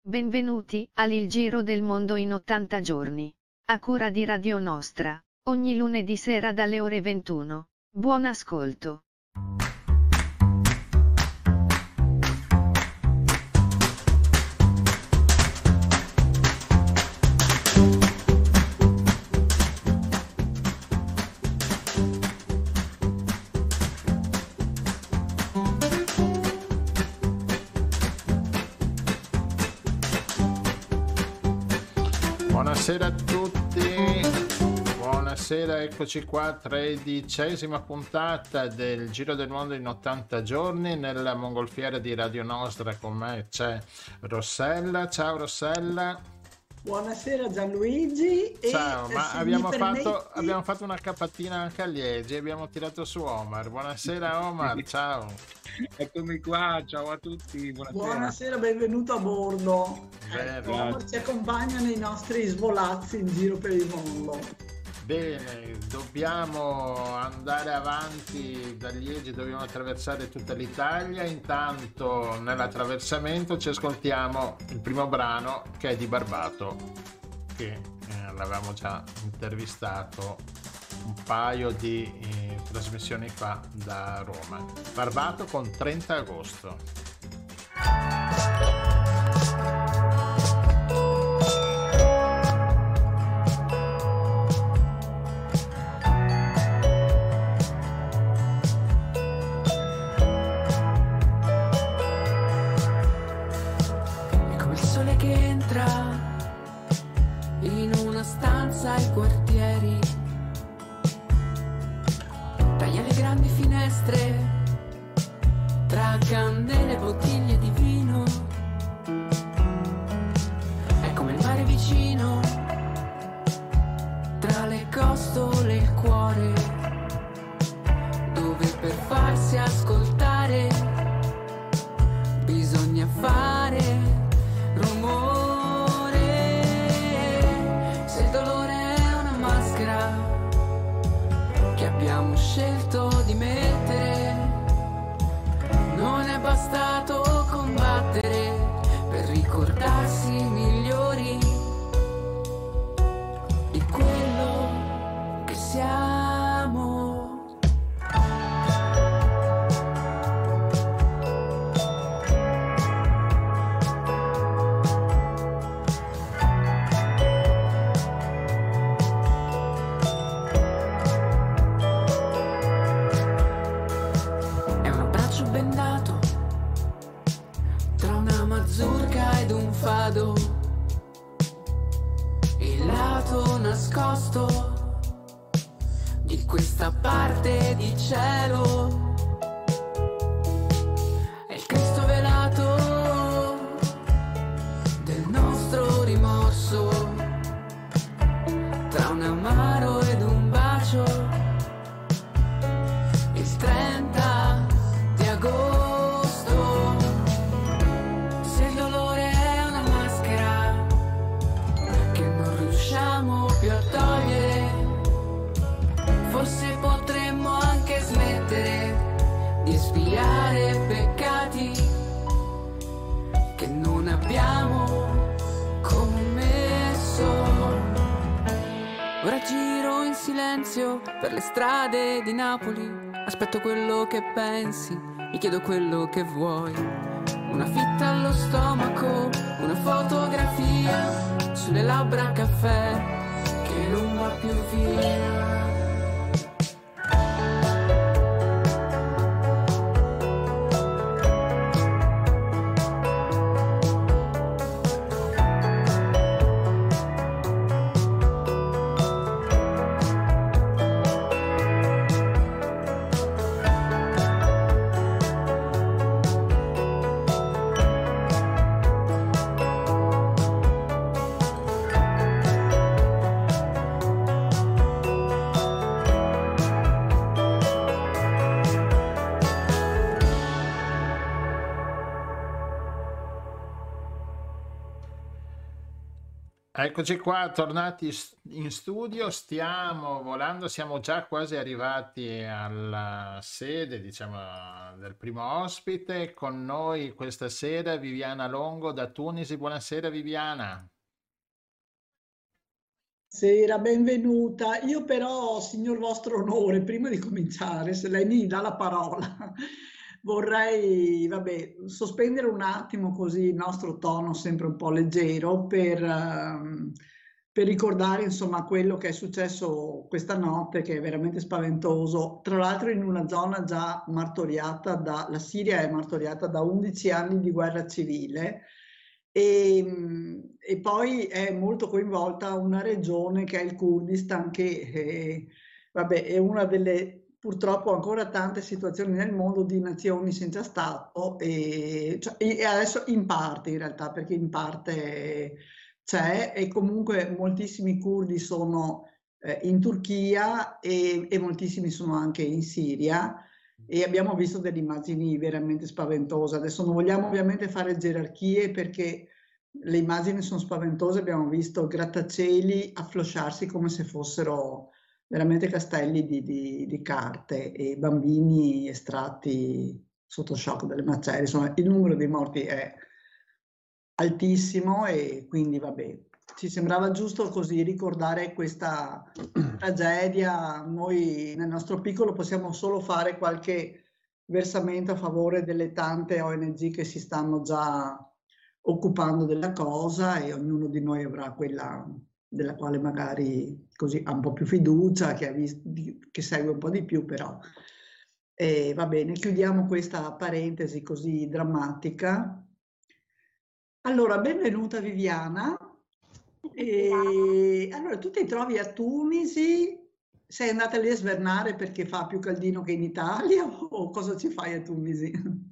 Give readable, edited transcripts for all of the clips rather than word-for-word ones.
Benvenuti al Giro del Mondo in 80 giorni. A cura di Radio Nostra, ogni lunedì sera dalle ore 21. Buon ascolto. Buonasera a tutti, buonasera, eccoci qua, 13ª puntata del Giro del Mondo in 80 giorni. Nella mongolfiera di Radio Nostra con me c'è Rossella. Ciao Rossella. Buonasera Gianluigi. Ciao, ma abbiamo fatto una capatina anche a Liegi, abbiamo tirato su Omar. Buonasera Omar, ciao. Eccomi qua, ciao a tutti, buonasera, benvenuto a bordo. Omar ci accompagna nei nostri svolazzi in giro per il mondo. Bene, dobbiamo andare avanti da Liegi, dobbiamo attraversare tutta l'Italia. Intanto nell'attraversamento ci ascoltiamo il primo brano, che è di Barbato, che l'avevamo già intervistato un paio di trasmissioni fa da Roma. Barbato con 30 agosto. È come il sole che entra in una stanza ai quartieri, taglia le grandi finestre tra candele e bottiglie di vino. È come il mare vicino tra le costole e il cuore, dove per farsi ascoltare bisogna fare rumore. Se il dolore è una maschera che abbiamo scelto di mettere, non è bastato combattere per ricordarsi migliori di quello che siamo. È un abbraccio bendato tra una mazurka ed un fado, il lato nascosto di questa parte di cielo. È il Cristo velato del nostro rimorso, tra un amaro ed un bacio, il 30 di agosto. Se il dolore è una maschera che non riusciamo più a togliere, forse potremmo anche smettere di espiare peccati che non abbiamo commesso. Ora giro in silenzio per le strade di Napoli, aspetto quello che pensi, mi chiedo quello che vuoi. Una fitta allo stomaco, una fotografia, sulle labbra caffè che non va più via. Eccoci qua, tornati in studio, stiamo volando, siamo già quasi arrivati alla sede, diciamo, del primo ospite. Con noi questa sera Viviana Longo da Tunisi. Buonasera Viviana. Sera, benvenuta. Io però, signor vostro onore, prima di cominciare, se lei mi dà la parola, vorrei, vabbè, sospendere un attimo così il nostro tono sempre un po' leggero per ricordare, insomma, quello che è successo questa notte, che è veramente spaventoso. Tra l'altro in una zona già martoriata la Siria è martoriata da 11 anni di guerra civile. E poi è molto coinvolta una regione che è il Kurdistan, che vabbè, è una delle purtroppo ancora tante situazioni nel mondo di nazioni senza Stato, e adesso in parte in realtà, perché in parte c'è, e comunque moltissimi curdi sono in Turchia e moltissimi sono anche in Siria. E abbiamo visto delle immagini veramente spaventose. Adesso non vogliamo ovviamente fare gerarchie perché le immagini sono spaventose. Abbiamo visto grattacieli afflosciarsi come se fossero veramente castelli di carte e bambini estratti sotto shock dalle macerie. Insomma, il numero dei morti è altissimo e quindi vabbè, ci sembrava giusto così ricordare questa tragedia. Noi nel nostro piccolo possiamo solo fare qualche versamento a favore delle tante ONG che si stanno già occupando della cosa, e ognuno di noi avrà quella della quale magari così ha un po' più fiducia, che segue un po' di più, però va bene, chiudiamo questa parentesi così drammatica. Allora, benvenuta Viviana. Allora, tu ti trovi a Tunisi, sei andata lì a svernare perché fa più caldino che in Italia o cosa ci fai a Tunisi?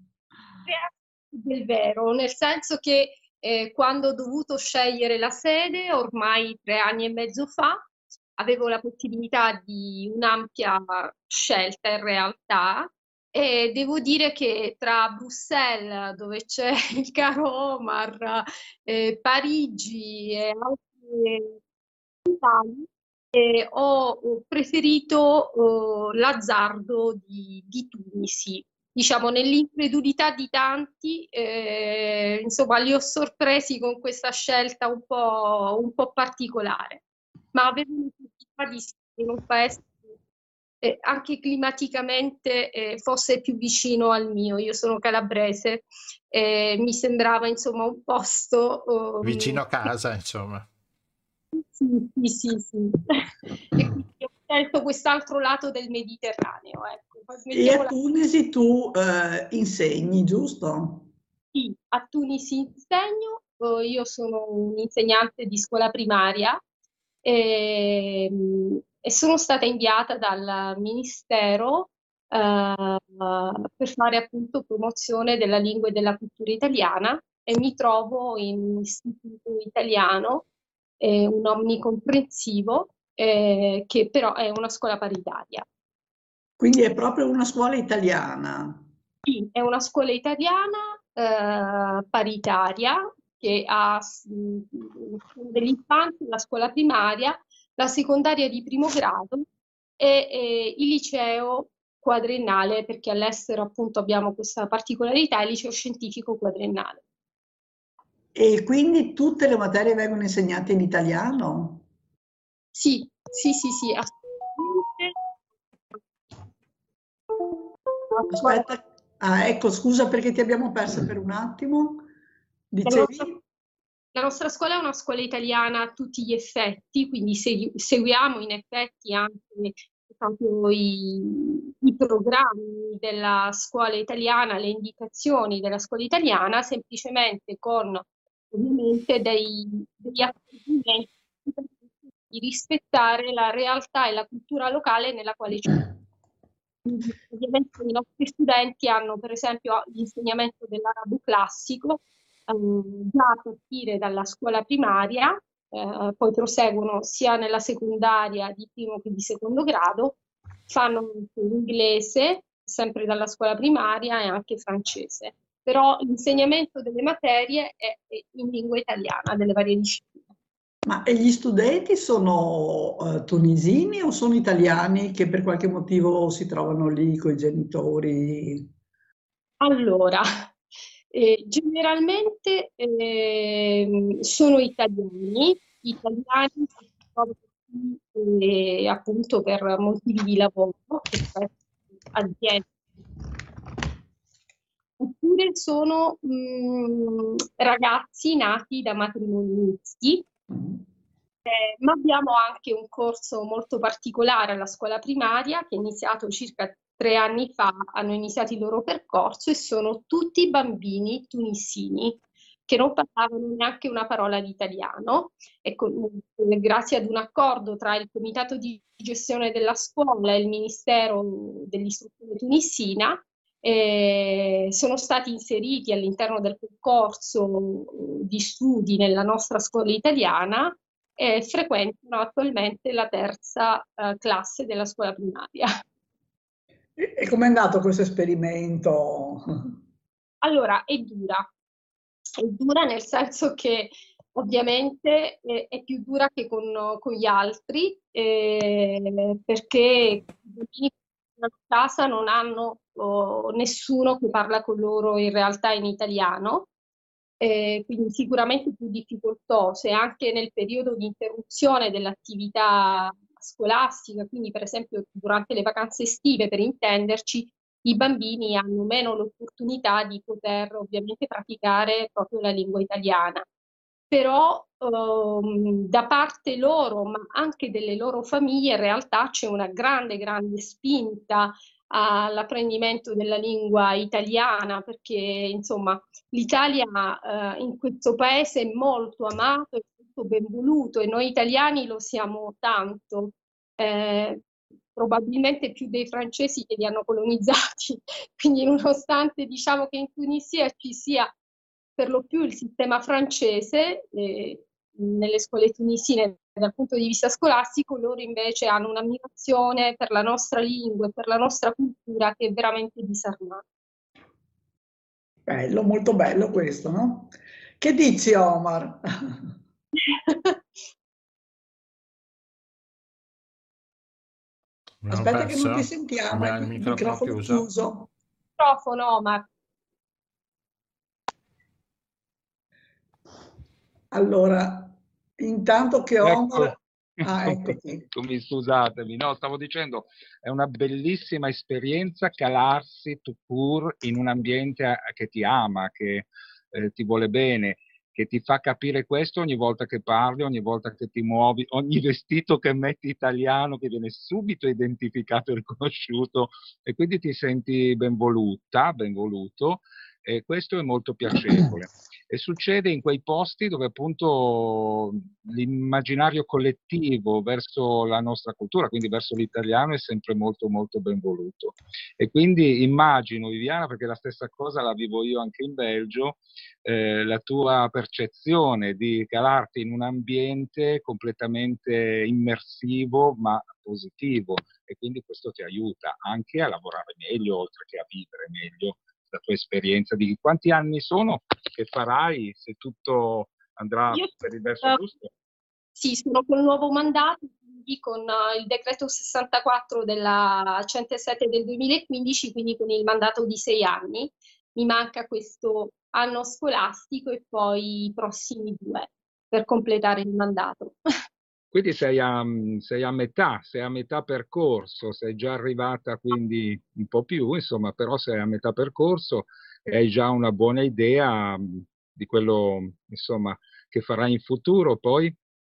Del vero, nel senso che quando ho dovuto scegliere la sede, ormai 3 anni e mezzo fa, avevo la possibilità di un'ampia scelta in realtà, e devo dire che tra Bruxelles, dove c'è il caro Omar, Parigi e altre capitali, ho preferito l'azzardo di Tunisi. Diciamo, nell'incredulità di tanti, insomma, li ho sorpresi con questa scelta un po' particolare, ma avevo necessità di stare in un paese che anche climaticamente fosse più vicino al mio. Io sono calabrese, mi sembrava insomma un posto Vicino a casa, insomma. sì. E quindi ho scelto quest'altro lato del Mediterraneo, ecco. E a Tunisi tu insegni, giusto? Sì, a Tunisi insegno, io sono un'insegnante di scuola primaria e sono stata inviata dal Ministero per fare appunto promozione della lingua e della cultura italiana, e mi trovo in un istituto italiano, un omnicomprensivo, che però è una scuola paritaria. Quindi è proprio una scuola italiana. Sì, è una scuola italiana paritaria che ha dell'infanzia, la scuola primaria, la secondaria di primo grado e il liceo quadriennale, perché all'estero appunto abbiamo questa particolarità, il liceo scientifico quadriennale. E quindi tutte le materie vengono insegnate in italiano? Sì, assolutamente. Aspetta, ecco, scusa perché ti abbiamo persa per un attimo. Dicevi? La nostra scuola è una scuola italiana a tutti gli effetti, quindi seguiamo in effetti anche proprio i programmi della scuola italiana, le indicazioni della scuola italiana, semplicemente con ovviamente degli accorgimenti di rispettare la realtà e la cultura locale nella quale ci troviamo. Ovviamente i nostri studenti hanno per esempio l'insegnamento dell'arabo classico, già a partire dalla scuola primaria, poi proseguono sia nella secondaria di primo che di secondo grado, fanno l'inglese sempre dalla scuola primaria e anche francese, però l'insegnamento delle materie è in lingua italiana, delle varie discipline. Ma e gli studenti sono tunisini o sono italiani che per qualche motivo si trovano lì con i genitori? Allora, generalmente sono italiani che si trovano qui appunto per motivi di lavoro, che spesso aziende, oppure sono ragazzi nati da matrimoni misti. Ma abbiamo anche un corso molto particolare alla scuola primaria che è iniziato circa 3 anni fa, hanno iniziato il loro percorso e sono tutti bambini tunisini che non parlavano neanche una parola di italiano. E grazie ad un accordo tra il Comitato di gestione della scuola e il Ministero dell'Istruzione tunisina, sono stati inseriti all'interno del percorso di studi nella nostra scuola italiana e frequentano attualmente la terza classe della scuola primaria. E com'è andato questo esperimento? Allora, è dura nel senso che ovviamente è più dura che con gli altri, perché i bambini a casa non hanno nessuno che parla con loro in realtà in italiano. Quindi sicuramente più difficoltose anche nel periodo di interruzione dell'attività scolastica, quindi per esempio durante le vacanze estive, per intenderci, i bambini hanno meno l'opportunità di poter ovviamente praticare proprio la lingua italiana. Però da parte loro, ma anche delle loro famiglie, in realtà c'è una grande, grande spinta all'apprendimento della lingua italiana, perché insomma l'Italia in questo paese è molto amato e molto ben voluto e noi italiani lo siamo tanto, probabilmente più dei francesi che li hanno colonizzati. Quindi nonostante diciamo che in Tunisia ci sia per lo più il sistema francese, nelle scuole tunisine dal punto di vista scolastico, loro invece hanno un'ammirazione per la nostra lingua e per la nostra cultura che è veramente disarmante. Bello, molto bello questo, no? Che dici, Omar? Abbiamo Aspetta che non ti perso? sentiamo, Abbiamo il il microfono microfono chiuso. chiuso. Microfono, Omar. Allora, intanto che Omar... Ah, eccoti. Scusatemi, no, stavo dicendo, è una bellissima esperienza calarsi tout court in un ambiente che ti ama, che ti vuole bene, che ti fa capire questo ogni volta che parli, ogni volta che ti muovi, ogni vestito che metti italiano che viene subito identificato e riconosciuto e quindi ti senti ben voluto e questo è molto piacevole. E succede in quei posti dove appunto l'immaginario collettivo verso la nostra cultura, quindi verso l'italiano, è sempre molto molto ben voluto. E quindi immagino, Viviana, perché la stessa cosa la vivo io anche in Belgio, la tua percezione di calarti in un ambiente completamente immersivo ma positivo e quindi questo ti aiuta anche a lavorare meglio, oltre che a vivere meglio la tua esperienza. Di quanti anni sono che farai se tutto andrà per il verso giusto? Sì, sono col nuovo mandato, quindi con il decreto 64 della 107 del 2015, quindi con il mandato di 6 anni. Mi manca questo anno scolastico e poi i prossimi 2 per completare il mandato. Quindi sei a metà percorso, sei già arrivata quindi un po' più, insomma, però sei a metà percorso e hai già una buona idea di quello, insomma, che farai in futuro poi?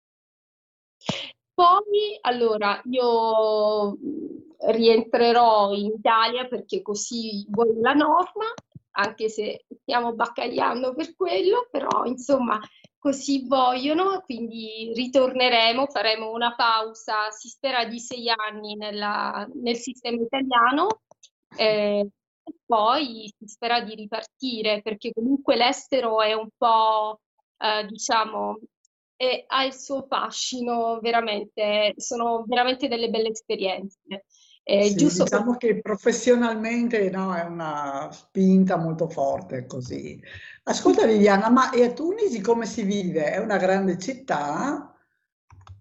Poi, allora, io rientrerò in Italia perché così vuole la norma, anche se stiamo baccagliando per quello, però insomma così vogliono, quindi ritorneremo, faremo una pausa, si spera di 6 anni nel sistema italiano, e poi si spera di ripartire perché comunque l'estero è un po', diciamo, ha il suo fascino, veramente, sono veramente delle belle esperienze. Sì, Giusto per... diciamo che professionalmente no, è una spinta molto forte così. Ascolta Viviana, ma e a Tunisi come si vive? È una grande città?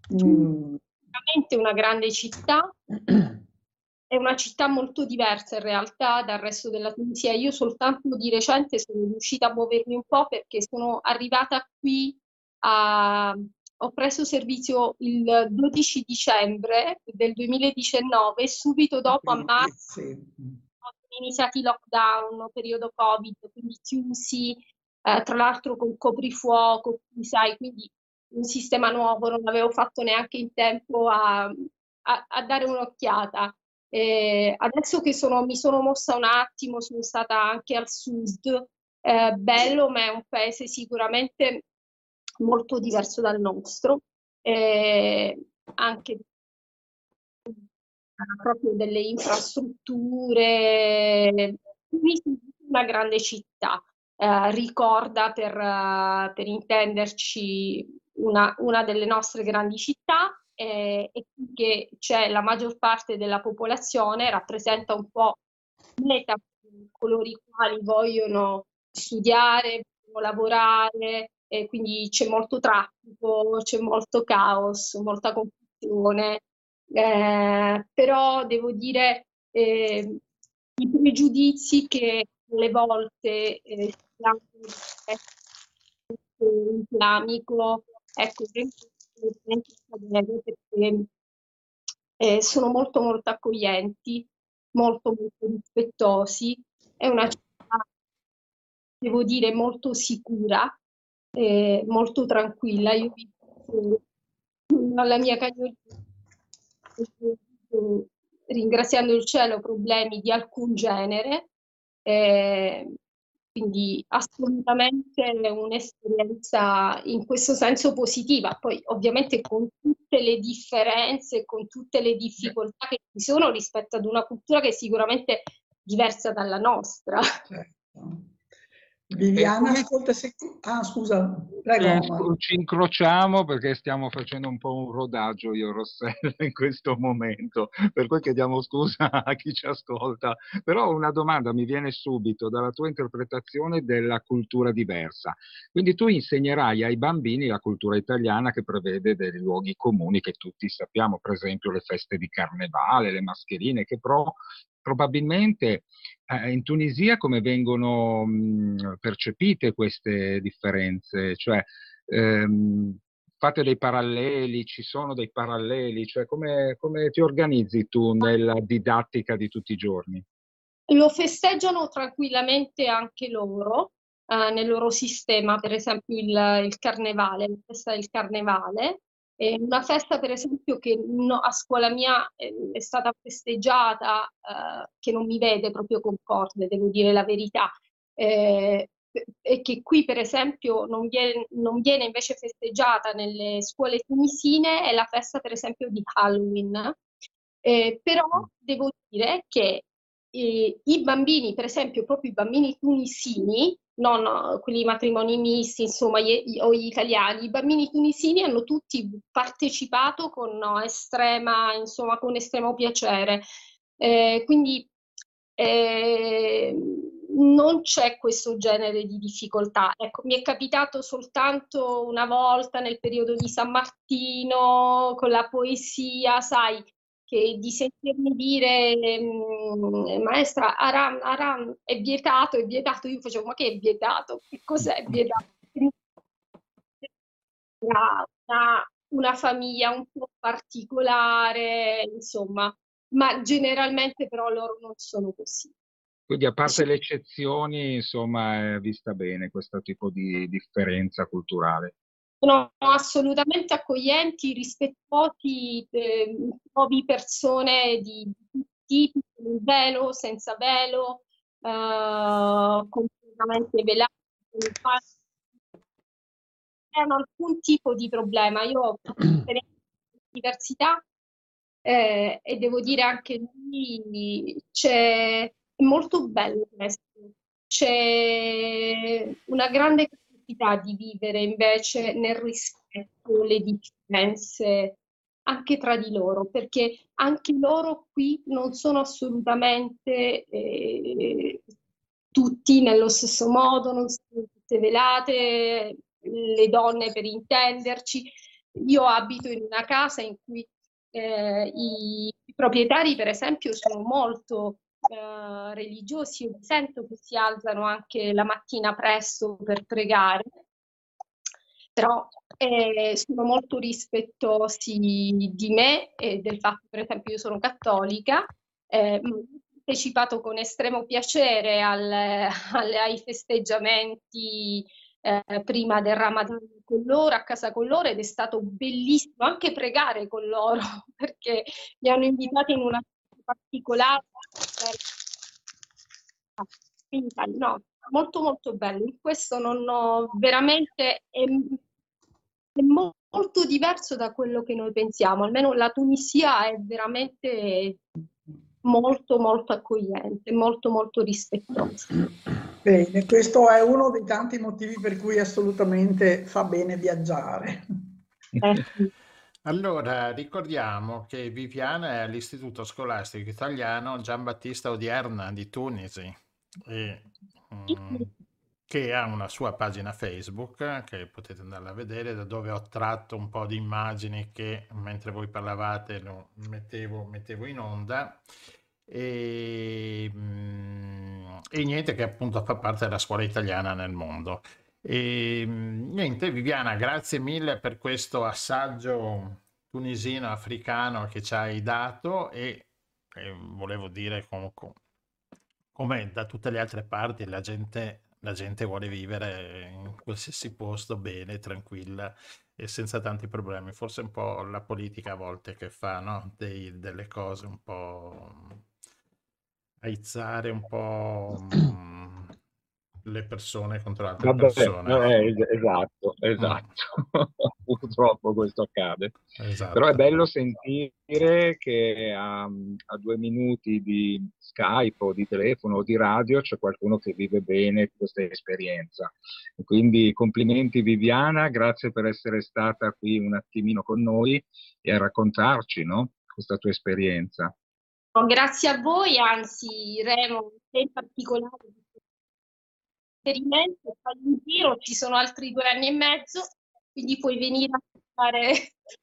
Mm. Veramente una grande città, è una città molto diversa in realtà dal resto della Tunisia. Io soltanto di recente sono riuscita a muovermi un po' perché sono arrivata qui ho preso servizio il 12 dicembre del 2019, subito dopo a marzo Sì. sono iniziati i lockdown, periodo Covid, quindi chiusi, tra l'altro con coprifuoco, sai, quindi un sistema nuovo, non avevo fatto neanche in tempo a dare un'occhiata. Adesso che mi sono mossa un attimo, sono stata anche al sud, bello, ma è un paese sicuramente molto diverso dal nostro, anche proprio delle infrastrutture, una grande città. Ricorda per intenderci una delle nostre grandi città e che c'è la maggior parte della popolazione, rappresenta un po' meta coloro i quali vogliono studiare, vogliono lavorare, e quindi c'è molto traffico, c'è molto caos, molta confusione. Però devo dire i pregiudizi che alle volte si hanno rispetto islamico, ecco, perché sono molto molto accoglienti, molto molto rispettosi, è una città, devo dire, molto sicura, molto tranquilla. Io vivo alla mia cagnolina, ringraziando il cielo, problemi di alcun genere, eh, quindi assolutamente un'esperienza in questo senso positiva. Poi ovviamente con tutte le differenze, con tutte le difficoltà che ci sono rispetto ad una cultura che è sicuramente diversa dalla nostra. Certo. Viviana, ascolta, scusa, prego. Ci incrociamo perché stiamo facendo un po' un rodaggio io e Rossella in questo momento, per cui chiediamo scusa a chi ci ascolta. Però una domanda mi viene subito dalla tua interpretazione della cultura diversa. Quindi tu insegnerai ai bambini la cultura italiana che prevede dei luoghi comuni che tutti sappiamo, per esempio le feste di carnevale, le mascherine, che probabilmente in Tunisia come vengono percepite queste differenze? Cioè, fate dei paralleli, ci sono dei paralleli, cioè come ti organizzi tu nella didattica di tutti i giorni? Lo festeggiano tranquillamente anche loro, nel loro sistema, per esempio il carnevale, la festa del carnevale. È una festa, per esempio, che a scuola mia è stata festeggiata, che non mi vede proprio concorde, devo dire la verità. E che qui, per esempio, non viene invece festeggiata nelle scuole tunisine, è la festa, per esempio, di Halloween. Però devo dire che i bambini, per esempio, proprio i bambini tunisini, non quelli matrimoni misti, insomma, o gli italiani, i bambini tunisini hanno tutti partecipato insomma, con estremo piacere. Quindi eh, non c'è questo genere di difficoltà. Ecco, mi è capitato soltanto una volta nel periodo di San Martino con la poesia, sai, che di sentirmi dire maestra Aram, Aram è vietato, io facevo ma che è vietato? Che cos'è vietato? Una famiglia un po' particolare, insomma, ma generalmente però loro non sono così. Quindi, a parte le eccezioni, insomma, è vista bene questo tipo di differenza culturale. Sono assolutamente accoglienti, rispettosi, trovi persone di tutti i tipi, con il velo, senza velo, completamente velati, non hanno alcun tipo di problema. Io ho fatto esperienza in università e devo dire anche lì è molto bello questo. C'è una grande capacità di vivere invece nel rispetto, le differenze anche tra di loro, perché anche loro qui non sono assolutamente tutti nello stesso modo, non sono tutte velate, le donne per intenderci, io abito in una casa in cui i proprietari, per esempio, sono molto religiosi. Io sento che si alzano anche la mattina presto per pregare, però sono molto rispettosi di me e del fatto, per esempio, io sono cattolica. Ho partecipato con estremo piacere ai festeggiamenti prima del Ramadan con loro, a casa con loro, ed è stato bellissimo anche pregare con loro perché mi hanno invitato in una particolare, no, molto molto bello. In questo non ho veramente è molto diverso da quello che noi pensiamo, almeno la Tunisia è veramente molto molto accogliente, molto molto rispettosa. Bene, questo è uno dei tanti motivi per cui assolutamente fa bene viaggiare. Allora, ricordiamo che Viviana è all'Istituto Scolastico Italiano Giambattista Odierna di Tunisi, che ha una sua pagina Facebook che potete andarla a vedere, da dove ho tratto un po' di immagini che mentre voi parlavate lo mettevo in onda. E niente, che appunto fa parte della scuola italiana nel mondo. E niente, Viviana, grazie mille per questo assaggio tunisino africano che ci hai dato, e volevo dire come da tutte le altre parti la gente vuole vivere in qualsiasi posto bene, tranquilla e senza tanti problemi. Forse un po' la politica a volte che fa, no? Delle cose un po' aizzare un po' le persone contro altre persone. Esatto. Purtroppo questo accade. Esatto. Però è bello sentire che a 2 minuti di Skype o di telefono o di radio c'è qualcuno che vive bene questa esperienza. E quindi complimenti Viviana, grazie per essere stata qui un attimino con noi e a raccontarci, no, questa tua esperienza. Grazie a voi, anzi Remo, in particolare esperimento, fai un giro, ci sono altri 2 anni e mezzo, quindi puoi venire a fare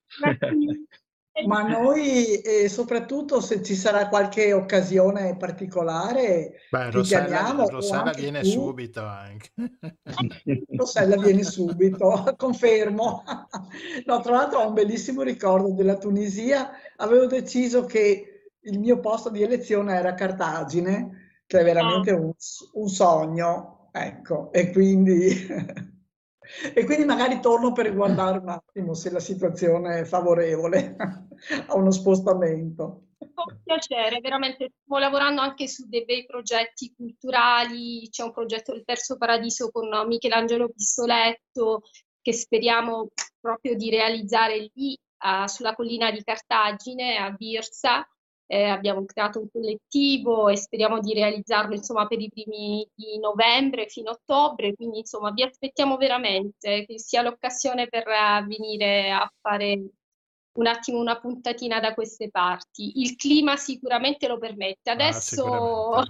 ma noi soprattutto se ci sarà qualche occasione particolare ti chiamiamo. Rossella viene subito anche. Rossella viene subito, confermo. No, tra l'altro ho un bellissimo ricordo della Tunisia. Avevo deciso che il mio posto di elezione era Cartagine, che è veramente un sogno, ecco, e quindi magari torno per guardare un attimo se la situazione è favorevole a uno spostamento. Con piacere, veramente stiamo lavorando anche su dei bei progetti culturali. C'è un progetto del Terzo Paradiso con Michelangelo Pistoletto che speriamo proprio di realizzare lì sulla collina di Cartagine, a Birsa. Abbiamo creato un collettivo e speriamo di realizzarlo insomma per i primi di novembre fino a ottobre, quindi insomma vi aspettiamo veramente, che sia l'occasione per venire a fare un attimo una puntatina da queste parti. Il clima sicuramente lo permette. Adesso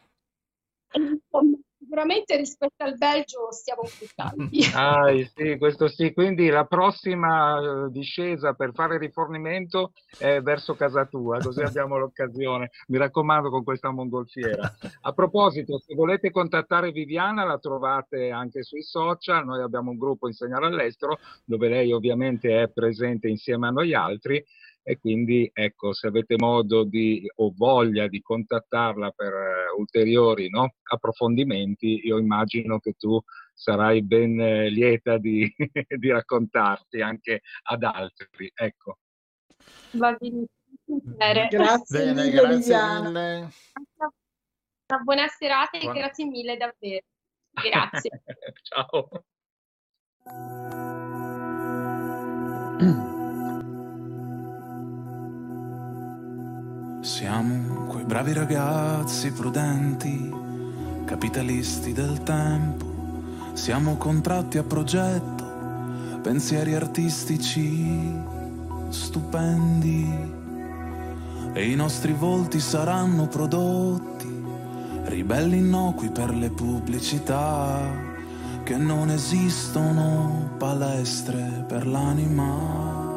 sicuramente rispetto al Belgio stiamo più caldi. Sì, questo sì. Quindi la prossima discesa per fare rifornimento è verso casa tua, così abbiamo l'occasione. Mi raccomando, con questa mongolfiera. A proposito, se volete contattare Viviana la trovate anche sui social. Noi abbiamo un gruppo Insegnare all'estero dove lei ovviamente è presente insieme a noi altri. E quindi ecco, se avete modo o voglia di contattarla per ulteriori, no, approfondimenti, io immagino che tu sarai ben lieta di raccontarti anche ad altri. Ecco. Va benissimo. Grazie mille, Viviana. Una buona serata e grazie mille davvero. Grazie. Ciao. Siamo quei bravi ragazzi prudenti, capitalisti del tempo. Siamo contratti a progetto, pensieri artistici stupendi. E i nostri volti saranno prodotti, ribelli innocui per le pubblicità che non esistono palestre per l'anima.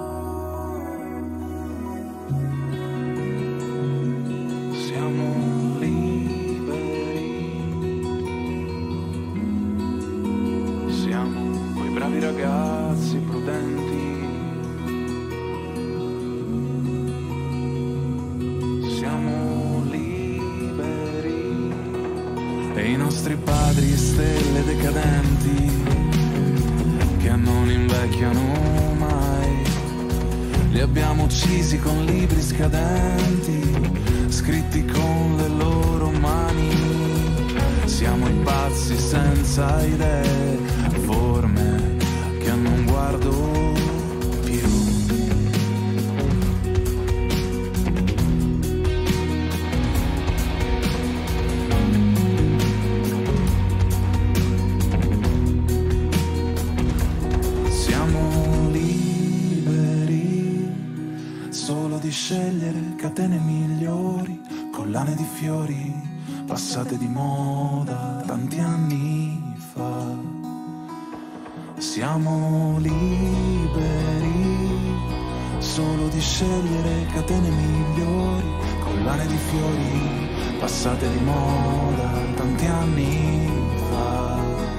Siamo liberi, siamo quei bravi ragazzi prudenti, siamo liberi, e i nostri padri stelle decadenti che non invecchiano mai, li abbiamo uccisi con libri scadenti, scritti con le loro mani. Siamo i pazzi senza idee, forme che non guardo più. Siamo liberi solo di scegliere catene migliori, collane di fiori passate di moda tanti anni fa. Siamo liberi solo di scegliere catene migliori, collane di fiori passate di moda tanti anni fa.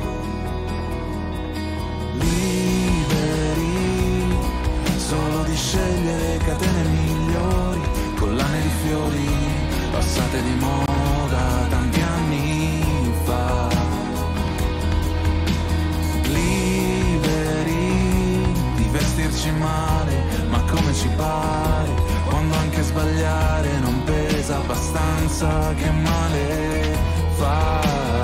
Liberi solo di scegliere catene migliori, collane di fiori passate di moda tanti anni fa. Liberi di vestirci male, ma come ci pare, quando anche sbagliare non pesa abbastanza, che male fa.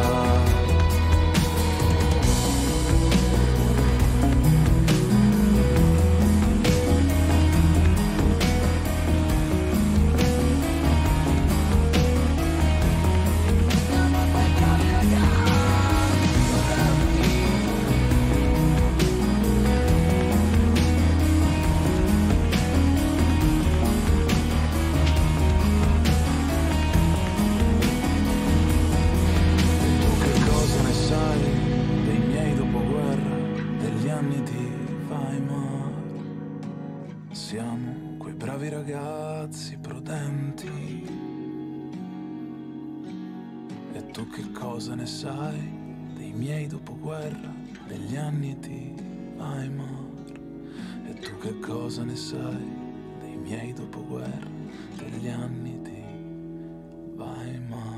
Siamo quei bravi ragazzi prudenti. E tu che cosa ne sai dei miei dopoguerra, degli anni di Weimar? E tu che cosa ne sai dei miei dopoguerra, degli anni di Weimar?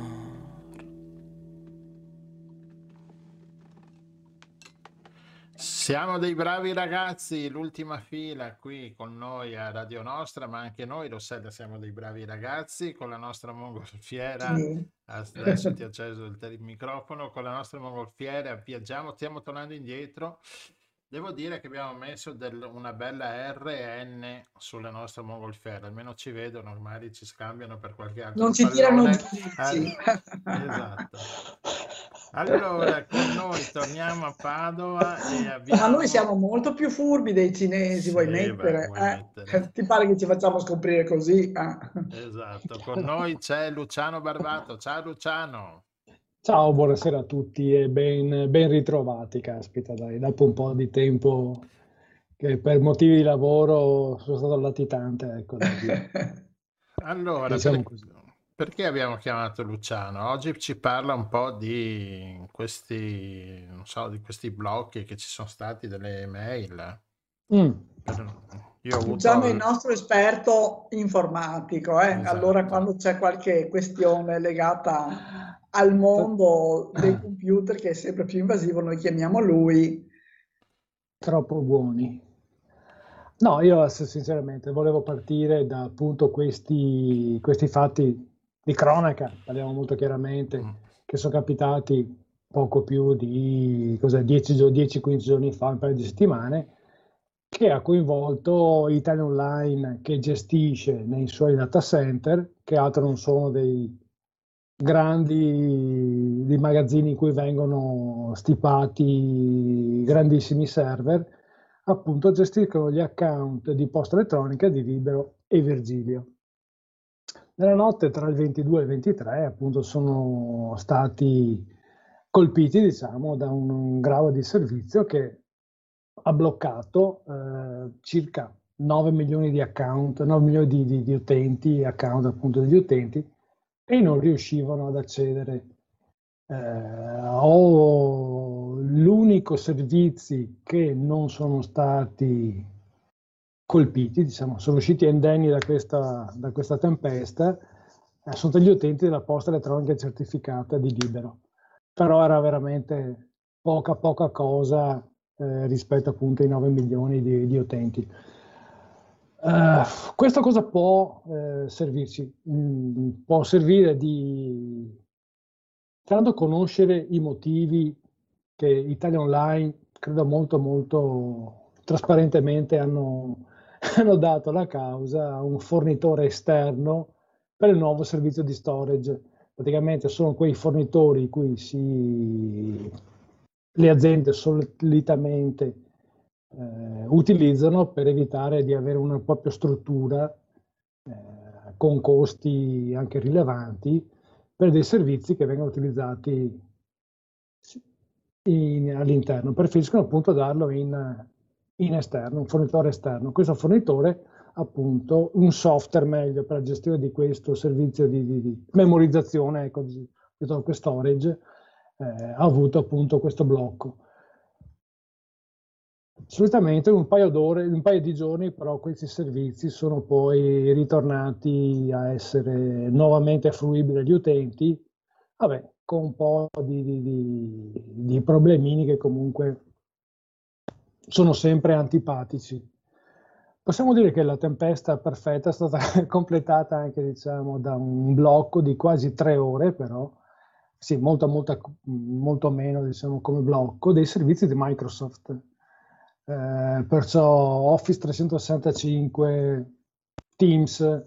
Siamo dei bravi ragazzi, l'ultima fila qui con noi a Radio Nostra, ma anche noi, Rossella, siamo dei bravi ragazzi con la nostra mongolfiera. Sì. Adesso ti ho acceso il microfono. Con la nostra mongolfiera viaggiamo, stiamo tornando indietro. Devo dire che abbiamo messo una bella RN sulla nostra mongolfiera, almeno ci vedono, ormai ci scambiano per qualche altro Non ci tirano pallone. giudizi. Esatto. Allora, con noi torniamo a Padova e Ma abbiamo... noi siamo molto più furbi dei cinesi, Sì, vuoi beh, mettere? vuoi mettere. Ti pare che ci facciamo scoprire così? Esatto, con noi c'è Luciano Barbato. Ciao Luciano. Ciao, buonasera a tutti e ben ritrovati, caspita, dai, dopo un po' di tempo che per motivi di lavoro sono stato latitante, ecco, da dire. Allora, Diciamo così. perché abbiamo chiamato Luciano? Oggi ci parla un po' di questi, non so, di questi blocchi che ci sono stati delle mail. Io ho avuto Luciano è il nostro esperto informatico, Esatto. Allora quando c'è qualche questione legata al mondo dei computer che è sempre più invasivo, noi chiamiamo lui. Troppo buoni. No, io sinceramente volevo partire da appunto questi fatti di cronaca, parliamo molto chiaramente, che sono capitati poco più di 10-15 giorni fa, un paio di settimane, che ha coinvolto Italia Online, che gestisce nei suoi data center, che altro non sono dei grandi magazzini in cui vengono stipati grandissimi server, appunto gestiscono gli account di posta elettronica di Libero e Virgilio. Nella notte tra il 22 e il 23 appunto sono stati colpiti, diciamo, da un grave di servizio che ha bloccato circa 9 milioni di account, 9 milioni di utenti, account appunto degli utenti, e non riuscivano ad accedere. L'unico servizi che non sono stati colpiti, diciamo, sono usciti indenni da questa tempesta, sono gli utenti della posta elettronica certificata di Libero. Però era veramente poca cosa rispetto appunto ai 9 milioni di utenti. Questa cosa può servirci? Può servire di tanto conoscere i motivi che Italia Online, credo molto trasparentemente hanno dato la causa a un fornitore esterno per il nuovo servizio di storage. Praticamente sono quei fornitori cui le aziende solitamente utilizzano per evitare di avere una propria struttura con costi anche rilevanti per dei servizi che vengono utilizzati all'interno. Preferiscono appunto darlo in esterno, un fornitore esterno. Questo fornitore, appunto, un software meglio per la gestione di questo servizio di memorizzazione, ecco, piuttosto che storage, ha avuto appunto questo blocco. Solitamente in un paio di giorni, però, questi servizi sono poi ritornati a essere nuovamente fruibili agli utenti, vabbè, con un po' di problemini che comunque sono sempre antipatici. Possiamo dire che la tempesta perfetta è stata completata anche, diciamo, da un blocco di quasi 3 ore, però, sì, molto meno, diciamo, come blocco, dei servizi di Microsoft. Perciò Office 365, Teams,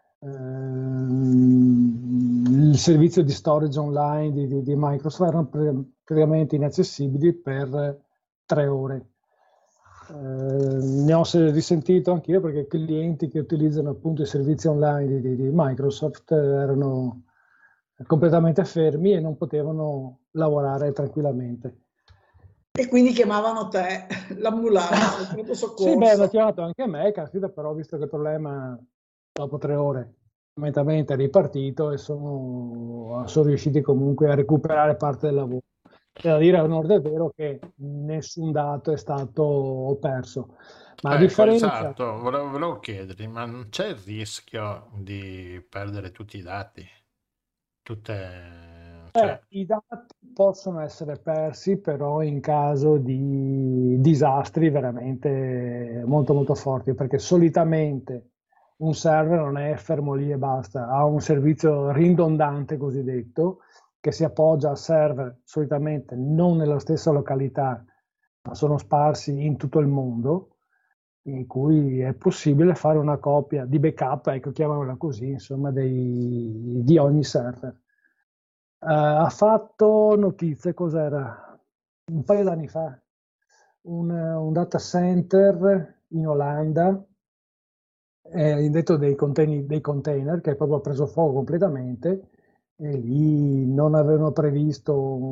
il servizio di storage online di Microsoft erano praticamente inaccessibili per 3 ore. Ne ho risentito anch'io, perché clienti che utilizzano appunto i servizi online di Microsoft erano completamente fermi e non potevano lavorare tranquillamente. E quindi chiamavano te, l'ambulanza, il pronto soccorso. Sì, beh, hanno chiamato anche me, caspita, però visto che il problema dopo 3 ore lentamente è ripartito e sono riusciti comunque a recuperare parte del lavoro. C'è da dire a onor del vero che nessun dato è stato perso. Ma a differenza... Esatto, volevo chiederti, ma non c'è il rischio di perdere tutti i dati? I dati possono essere persi, però in caso di disastri veramente molto forti, perché solitamente un server non è fermo lì e basta, ha un servizio ridondante cosiddetto, che si appoggia al server solitamente non nella stessa località, ma sono sparsi in tutto il mondo, in cui è possibile fare una copia di backup, ecco, chiamiamola così, insomma, di ogni server. Ha fatto notizie, cos'era? Un paio d'anni fa, un data center in Olanda, dentro dei container che proprio ha preso fuoco completamente, e lì non avevano previsto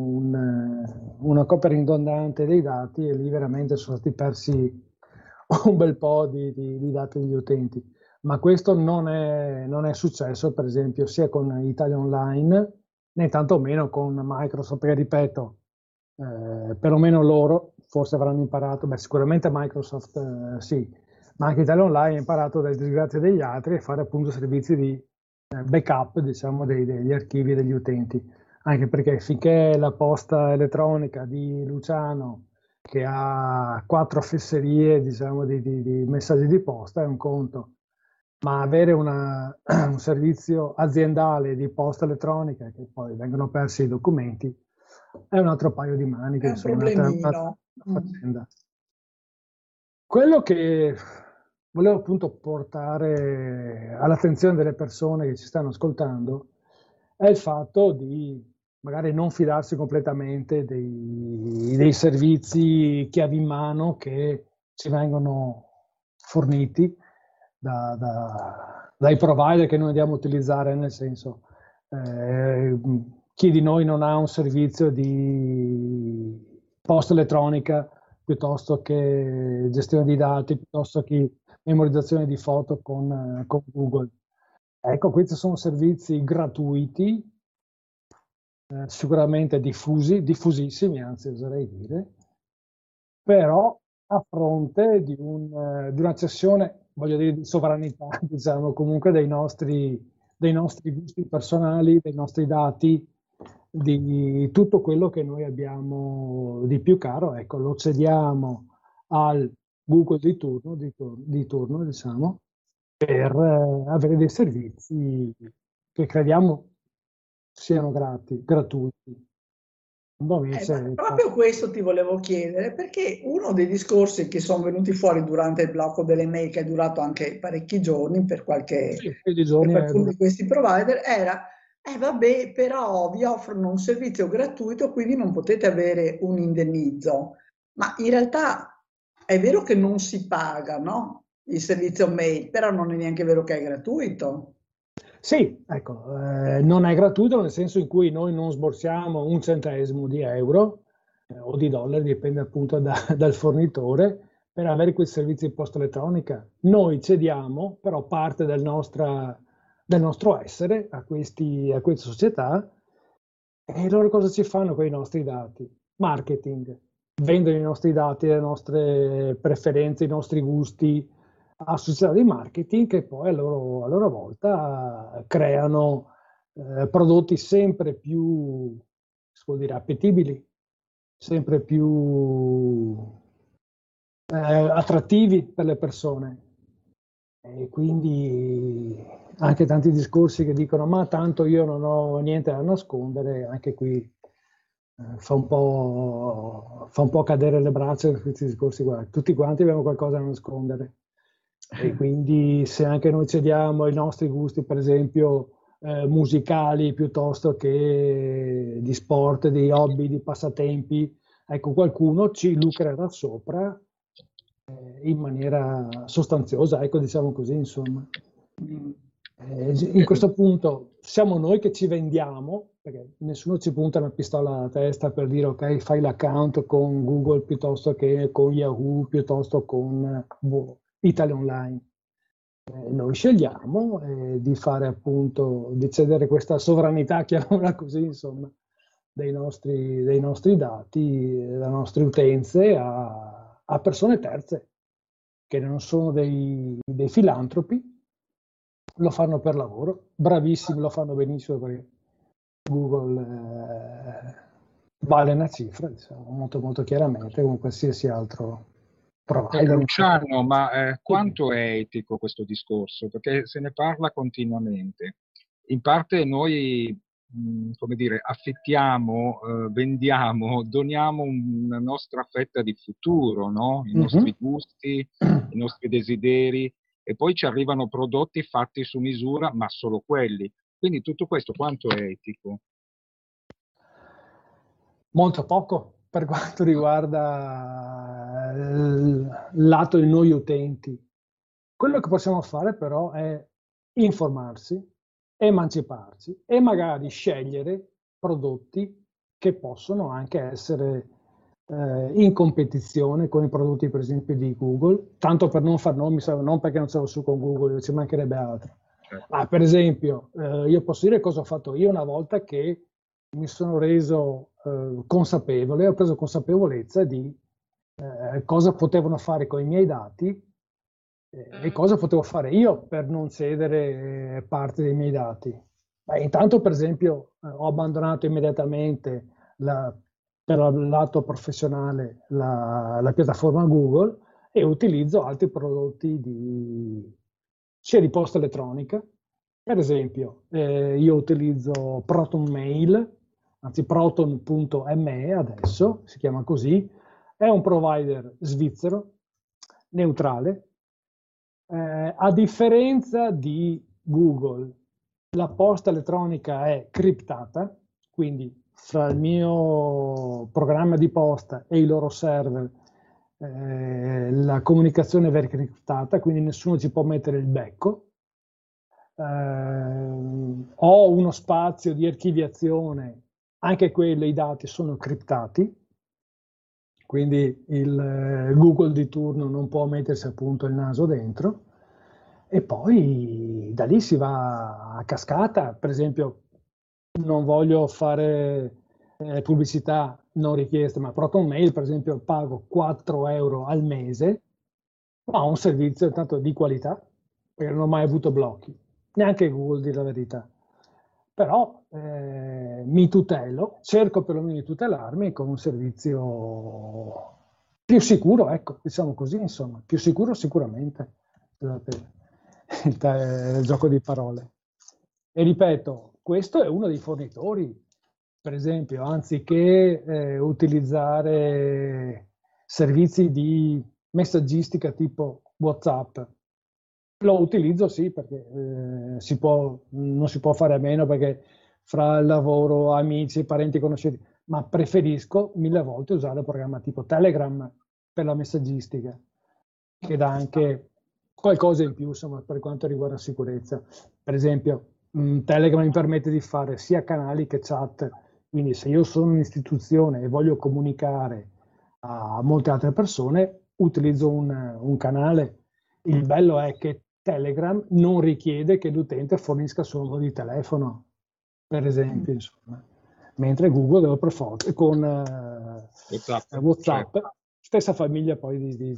una copia ridondante dei dati, e lì veramente sono stati persi un bel po' di dati degli utenti. Ma questo non è successo, per esempio, sia con Italia Online, né tantomeno con Microsoft, perché ripeto, perlomeno loro forse avranno imparato, sicuramente Microsoft sì, ma anche Italia Online ha imparato dalle disgrazie degli altri a fare appunto servizi di backup, diciamo, degli archivi degli utenti, anche perché finché la posta elettronica di Luciano, che ha 4 fesserie, diciamo, di messaggi di posta, è un conto, ma avere un servizio aziendale di posta elettronica che poi vengono persi i documenti è un altro paio di maniche, è un problemino. Una faccenda. Quello che volevo appunto portare all'attenzione delle persone che ci stanno ascoltando è il fatto di magari non fidarsi completamente dei servizi chiavi in mano che ci vengono forniti dai provider che noi andiamo a utilizzare, nel senso chi di noi non ha un servizio di posta elettronica piuttosto che gestione di dati, piuttosto che memorizzazione di foto con Google. Ecco, questi sono servizi gratuiti, sicuramente diffusissimi, anzi oserei dire, però a fronte di una cessione, voglio dire, di sovranità, diciamo, comunque dei nostri gusti personali, dei nostri dati, di tutto quello che noi abbiamo di più caro, ecco, lo cediamo al Google di turno, diciamo, per avere dei servizi che crediamo siano gratuiti. Proprio questo ti volevo chiedere, perché uno dei discorsi che sono venuti fuori durante il blocco delle mail, che è durato anche parecchi giorni per qualcuno di questi provider, era vabbè, però vi offrono un servizio gratuito, quindi non potete avere un indennizzo. Ma in realtà è vero che non si paga, no? Il servizio mail, però non è neanche vero che è gratuito. Sì, ecco, non è gratuito nel senso in cui noi non sborsiamo un centesimo di euro o di dollari, dipende appunto dal fornitore, per avere quei servizi di posta elettronica. Noi cediamo però parte del nostro essere a queste società, e loro cosa ci fanno con i nostri dati? Marketing. Vendono i nostri dati, le nostre preferenze, i nostri gusti a società di marketing, che poi a loro volta creano prodotti sempre più, si può dire, appetibili, sempre più attrattivi per le persone. E quindi anche tanti discorsi che dicono ma tanto io non ho niente da nascondere, anche qui fa un po' cadere le braccia questi discorsi qua. Tutti quanti abbiamo qualcosa da nascondere. E quindi se anche noi cediamo i nostri gusti, per esempio musicali, piuttosto che di sport, di hobby, di passatempi, ecco, qualcuno ci lucrerà sopra in maniera sostanziosa, ecco, diciamo così, insomma. In questo punto siamo noi che ci vendiamo, perché nessuno ci punta una pistola alla testa per dire ok, fai l'account con Google piuttosto che con Yahoo, piuttosto con Italia Online. Noi scegliamo di fare appunto, di cedere questa sovranità, chiamiamola così, insomma, dei nostri dati, delle nostre utenze a persone terze, che non sono dei filantropi, lo fanno per lavoro, bravissimi, lo fanno benissimo, perché Google vale una cifra, diciamo, molto molto chiaramente, come qualsiasi altro provider. Luciano, ma quanto è etico questo discorso? Perché se ne parla continuamente. In parte noi, come dire, affittiamo, vendiamo, doniamo una nostra fetta di futuro, no? I nostri gusti, i nostri desideri, e poi ci arrivano prodotti fatti su misura, ma solo quelli. Quindi tutto questo quanto è etico? Molto poco per quanto riguarda il lato di noi utenti. Quello che possiamo fare però è informarsi, emanciparci e magari scegliere prodotti che possono anche essere in competizione con i prodotti per esempio di Google, tanto per non far nomi, non perché non sono su con Google, ci mancherebbe altro. Per esempio, io posso dire cosa ho fatto io una volta che mi sono reso consapevole, ho preso consapevolezza di cosa potevano fare con i miei dati e cosa potevo fare io per non cedere parte dei miei dati. Intanto, per esempio, ho abbandonato immediatamente per il lato professionale la piattaforma Google e utilizzo altri prodotti sia di posta elettronica. Per esempio, io utilizzo Proton Mail, anzi Proton.me adesso, si chiama così, è un provider svizzero, neutrale. A differenza di Google, la posta elettronica è criptata, quindi fra il mio programma di posta e i loro server la comunicazione è criptata, quindi nessuno ci può mettere il becco. Ho uno spazio di archiviazione anche quelli, i dati sono criptati, quindi il Google di turno non può mettersi appunto il naso dentro, e poi da lì si va a cascata. Per esempio, non voglio fare pubblicità non richiesta, ma ProtonMail, per esempio, pago 4 euro al mese, ma ho un servizio tanto di qualità, perché non ho mai avuto blocchi, neanche Google, dire la verità. Però mi tutelo, cerco perlomeno di tutelarmi con un servizio più sicuro, ecco, diciamo così, insomma, più sicuro sicuramente. Scusate il gioco di parole. E ripeto, questo è uno dei fornitori. Per esempio, anziché utilizzare servizi di messaggistica tipo WhatsApp, lo utilizzo sì, perché non si può fare a meno, perché fra il lavoro, amici, parenti, conoscenti, ma preferisco 1000 volte usare il programma tipo Telegram per la messaggistica, che dà anche qualcosa in più, insomma, per quanto riguarda la sicurezza. Per esempio, Telegram mi permette di fare sia canali che chat, quindi se io sono un'istituzione e voglio comunicare a molte altre persone, utilizzo un canale. Il bello è che Telegram non richiede che l'utente fornisca il suo numero di telefono, per esempio, insomma. Mentre Google deve per forza, con WhatsApp, stessa famiglia poi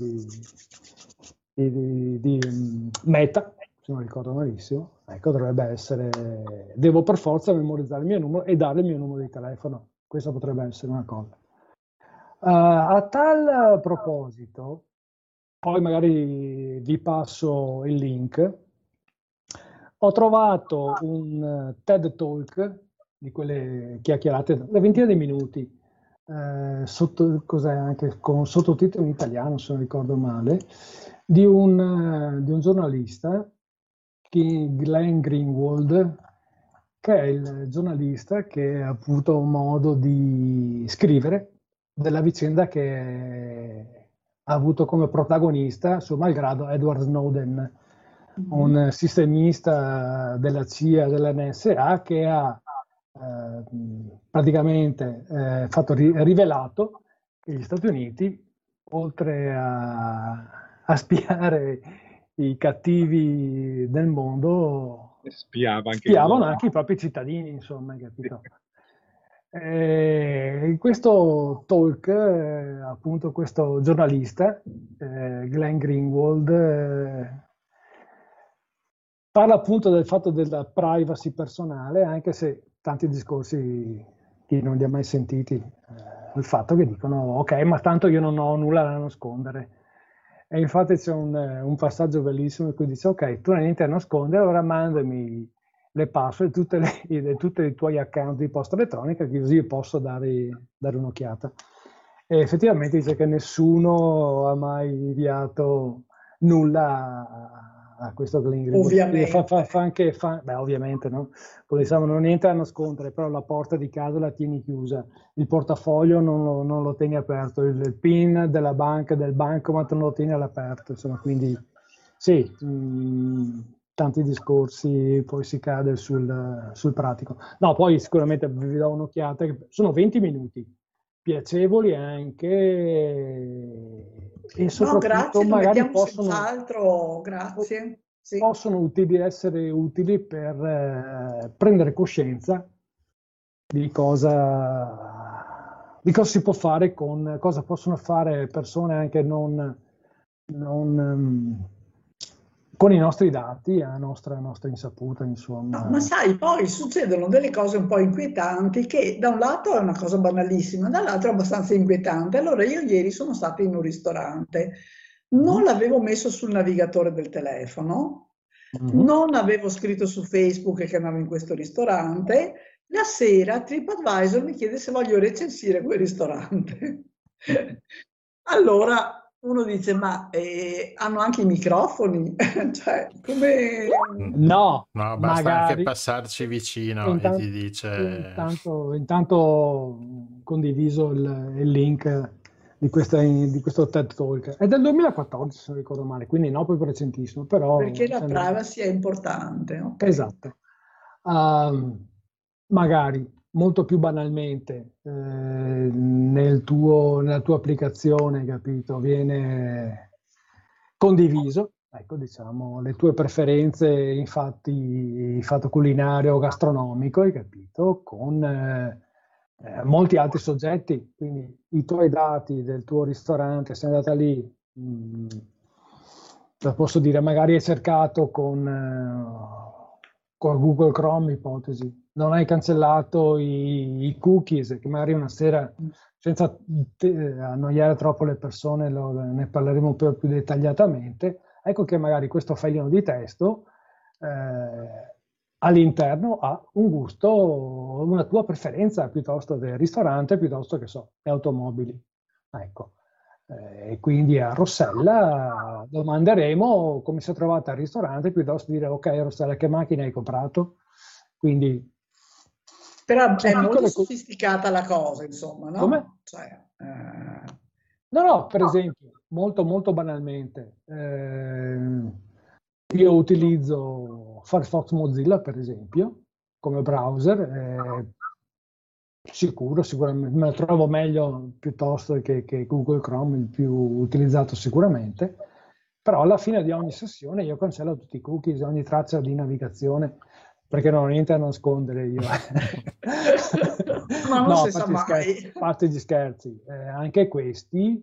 di Meta, se non ricordo malissimo, ecco, dovrebbe essere, devo per forza memorizzare il mio numero e dare il mio numero di telefono. Questa potrebbe essere una cosa. A tal proposito, poi magari vi passo il link, ho trovato un TED Talk di quelle chiacchierate da ventina di minuti, cos'è, anche con sottotitolo in italiano, se non ricordo male, di un giornalista, Glenn Greenwald, che è il giornalista che ha avuto modo di scrivere della vicenda che ha avuto come protagonista, suo malgrado, Edward Snowden, un sistemista della CIA, dell'NSA, che ha praticamente rivelato che gli Stati Uniti, oltre a spiare i cattivi del mondo, spiavano anche i propri cittadini, insomma, hai capito? In questo talk, appunto, questo giornalista, Glenn Greenwald, parla appunto del fatto della privacy personale, anche se tanti discorsi chi non li ha mai sentiti, il fatto che dicono ok, ma tanto io non ho nulla da nascondere. E infatti c'è un passaggio bellissimo in cui dice ok, tu non hai niente da nascondere, allora mandami le password di tutti i tuoi account di posta elettronica, così io posso dare un'occhiata. E effettivamente dice che nessuno ha mai inviato nulla a questo Glenn. Ovviamente. Ovviamente, no? Poi diciamo, non ho niente da nascondere, però la porta di casa la tieni chiusa, il portafoglio non lo tieni aperto, il PIN della banca, del bancomat non lo tieni all'aperto, insomma, quindi sì, tanti discorsi, poi si cade sul pratico. No, poi sicuramente vi do un'occhiata, sono 20 minuti, piacevoli anche, e soprattutto grazie, magari senz'altro, grazie. Sì. Possono essere utili per prendere coscienza di cosa si può fare cosa possono fare persone anche non con i nostri dati a nostra insaputa, insomma. No, ma sai, poi succedono delle cose un po' inquietanti che da un lato è una cosa banalissima, dall'altro è abbastanza inquietante. Allora io ieri sono stata in un ristorante, non l'avevo messo sul navigatore del telefono, non avevo scritto su Facebook che andavo in questo ristorante. La sera TripAdvisor mi chiede se voglio recensire quel ristorante. Allora uno dice, ma hanno anche i microfoni? Cioè, come... No, basta magari, anche passarci vicino e ti dice... Intanto condiviso il link di questo TED Talk. È del 2014, se non ricordo male, quindi no, proprio recentissimo. Però perché la privacy è importante. Okay. Esatto. Magari molto più banalmente nella tua applicazione, capito? Viene condiviso, ecco, diciamo, le tue preferenze in fatto culinario o gastronomico, hai capito? Con molti altri soggetti, quindi i tuoi dati del tuo ristorante, sei andata lì, lo posso dire, magari hai cercato con Google Chrome, ipotesi, non hai cancellato i cookies, che magari una sera, senza annoiare troppo le persone, ne parleremo un po' più dettagliatamente, ecco che magari questo filino di testo all'interno ha un gusto, una tua preferenza piuttosto del ristorante, piuttosto che le automobili. Ecco. E quindi a Rossella domanderemo come si è trovata al ristorante, piuttosto di dire ok Rossella, che macchina hai comprato? Quindi però è molto sofisticata la cosa, insomma, no? Come? Cioè, no, per esempio, molto molto banalmente, io utilizzo Firefox Mozilla, per esempio, come browser, sicuramente me lo trovo meglio piuttosto che Google Chrome, il più utilizzato sicuramente, però alla fine di ogni sessione io cancello tutti i cookies, ogni traccia di navigazione, perché non ho niente da nascondere io. Ma non si sa mai. A parte gli scherzi, anche questi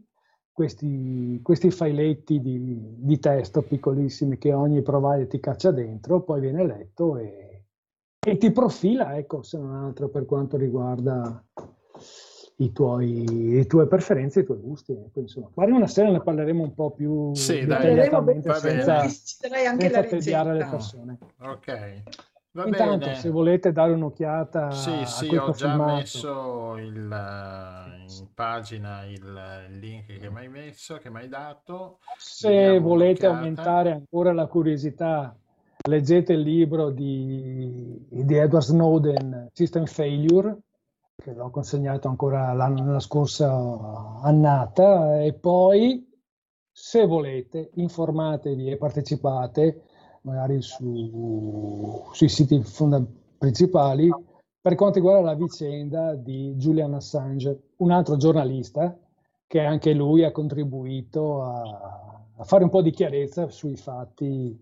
filetti di testo piccolissimi che ogni provider ti caccia dentro, poi viene letto e ti profila, ecco, se non altro per quanto riguarda le tue preferenze, i tuoi gusti. Insomma, magari una sera ne parleremo un po' più dettagliatamente, senza tediare le persone. Ok. Intanto, se volete dare un'occhiata sì, a ho già filmato, messo in pagina il link che mi hai messo, che mi hai dato. Se volete aumentare ancora la curiosità, leggete il libro di Edward Snowden, System Failure, che l'ho consegnato ancora nella scorsa annata, e poi, se volete, informatevi e partecipate magari sui siti principali per quanto riguarda la vicenda di Julian Assange, un altro giornalista che anche lui ha contribuito a fare un po' di chiarezza sui fatti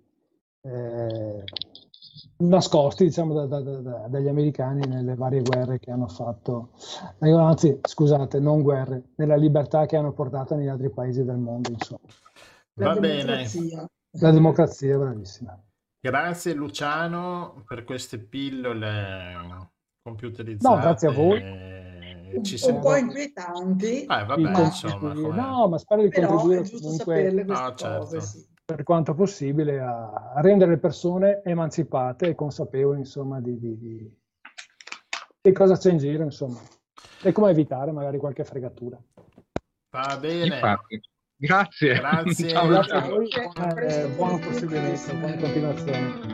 nascosti, diciamo, dagli americani nelle varie guerre che hanno fatto, anzi scusate, non guerre, nella libertà che hanno portato negli altri paesi del mondo, insomma. Va bene. La democrazia, bravissima. Grazie Luciano per queste pillole computerizzate. No, grazie a voi. Un po' inquietanti. Vabbè, insomma, no, ma spero di contribuire è giusto saperle queste cose, sì. Per quanto possibile a rendere le persone emancipate e consapevoli, insomma, di cosa c'è in giro, insomma, e come evitare magari qualche fregatura. Va bene. Infatti. Grazie. Ciao, grazie a voi. Buon proseguimento, buona continuazione.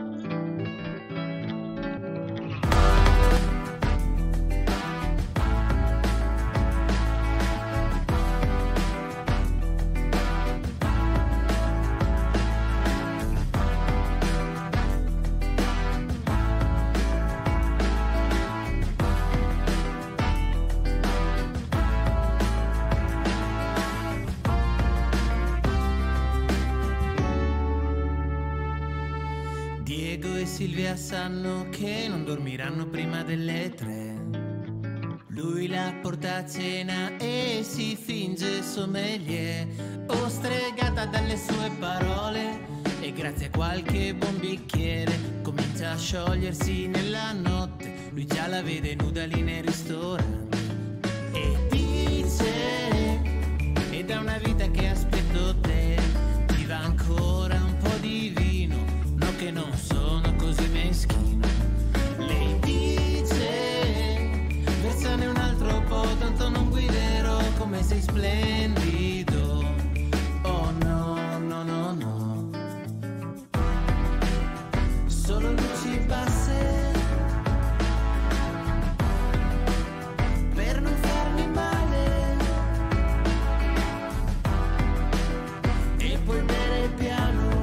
Silvia sanno che non dormiranno prima delle 3. Lui la porta a cena e si finge sommelier, ostregata dalle sue parole, e grazie a qualche buon bicchiere comincia a sciogliersi nella notte. Lui già la vede nuda lì nel ristorante e dice: ed è una vita che aspetto te, ti va ancora un po' di vino, no che non sono così meschino. Lei dice: versane un altro po', tanto non guiderò, come sei splendido. Oh no, no, no, no. Solo luci basse per non farmi male, e poi bere piano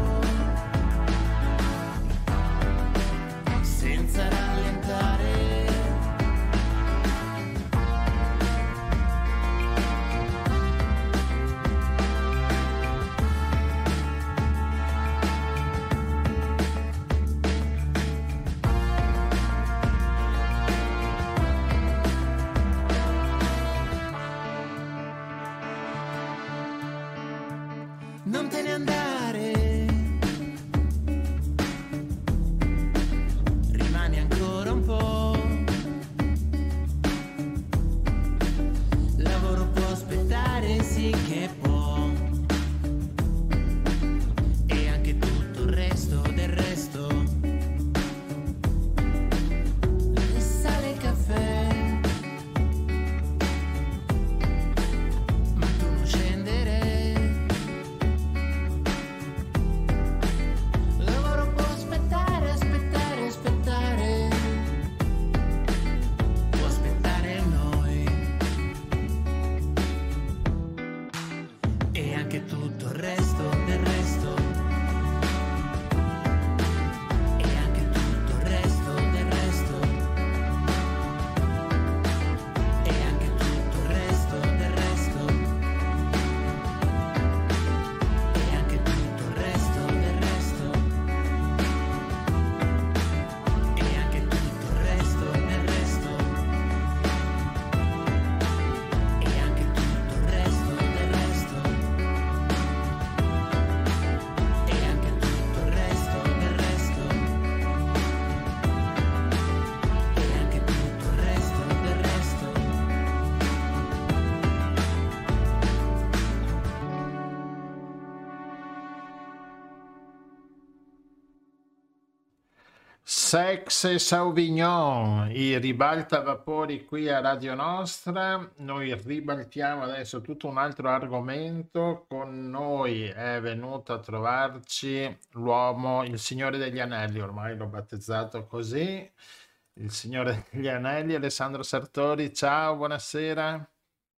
Sex e Sauvignon, i ribaltavapori qui a Radio Nostra. Noi ribaltiamo adesso tutto un altro argomento. Con noi è venuto a trovarci l'uomo, il Signore degli Anelli, ormai l'ho battezzato così, il Signore degli Anelli, Alessandro Sartori. Ciao, buonasera.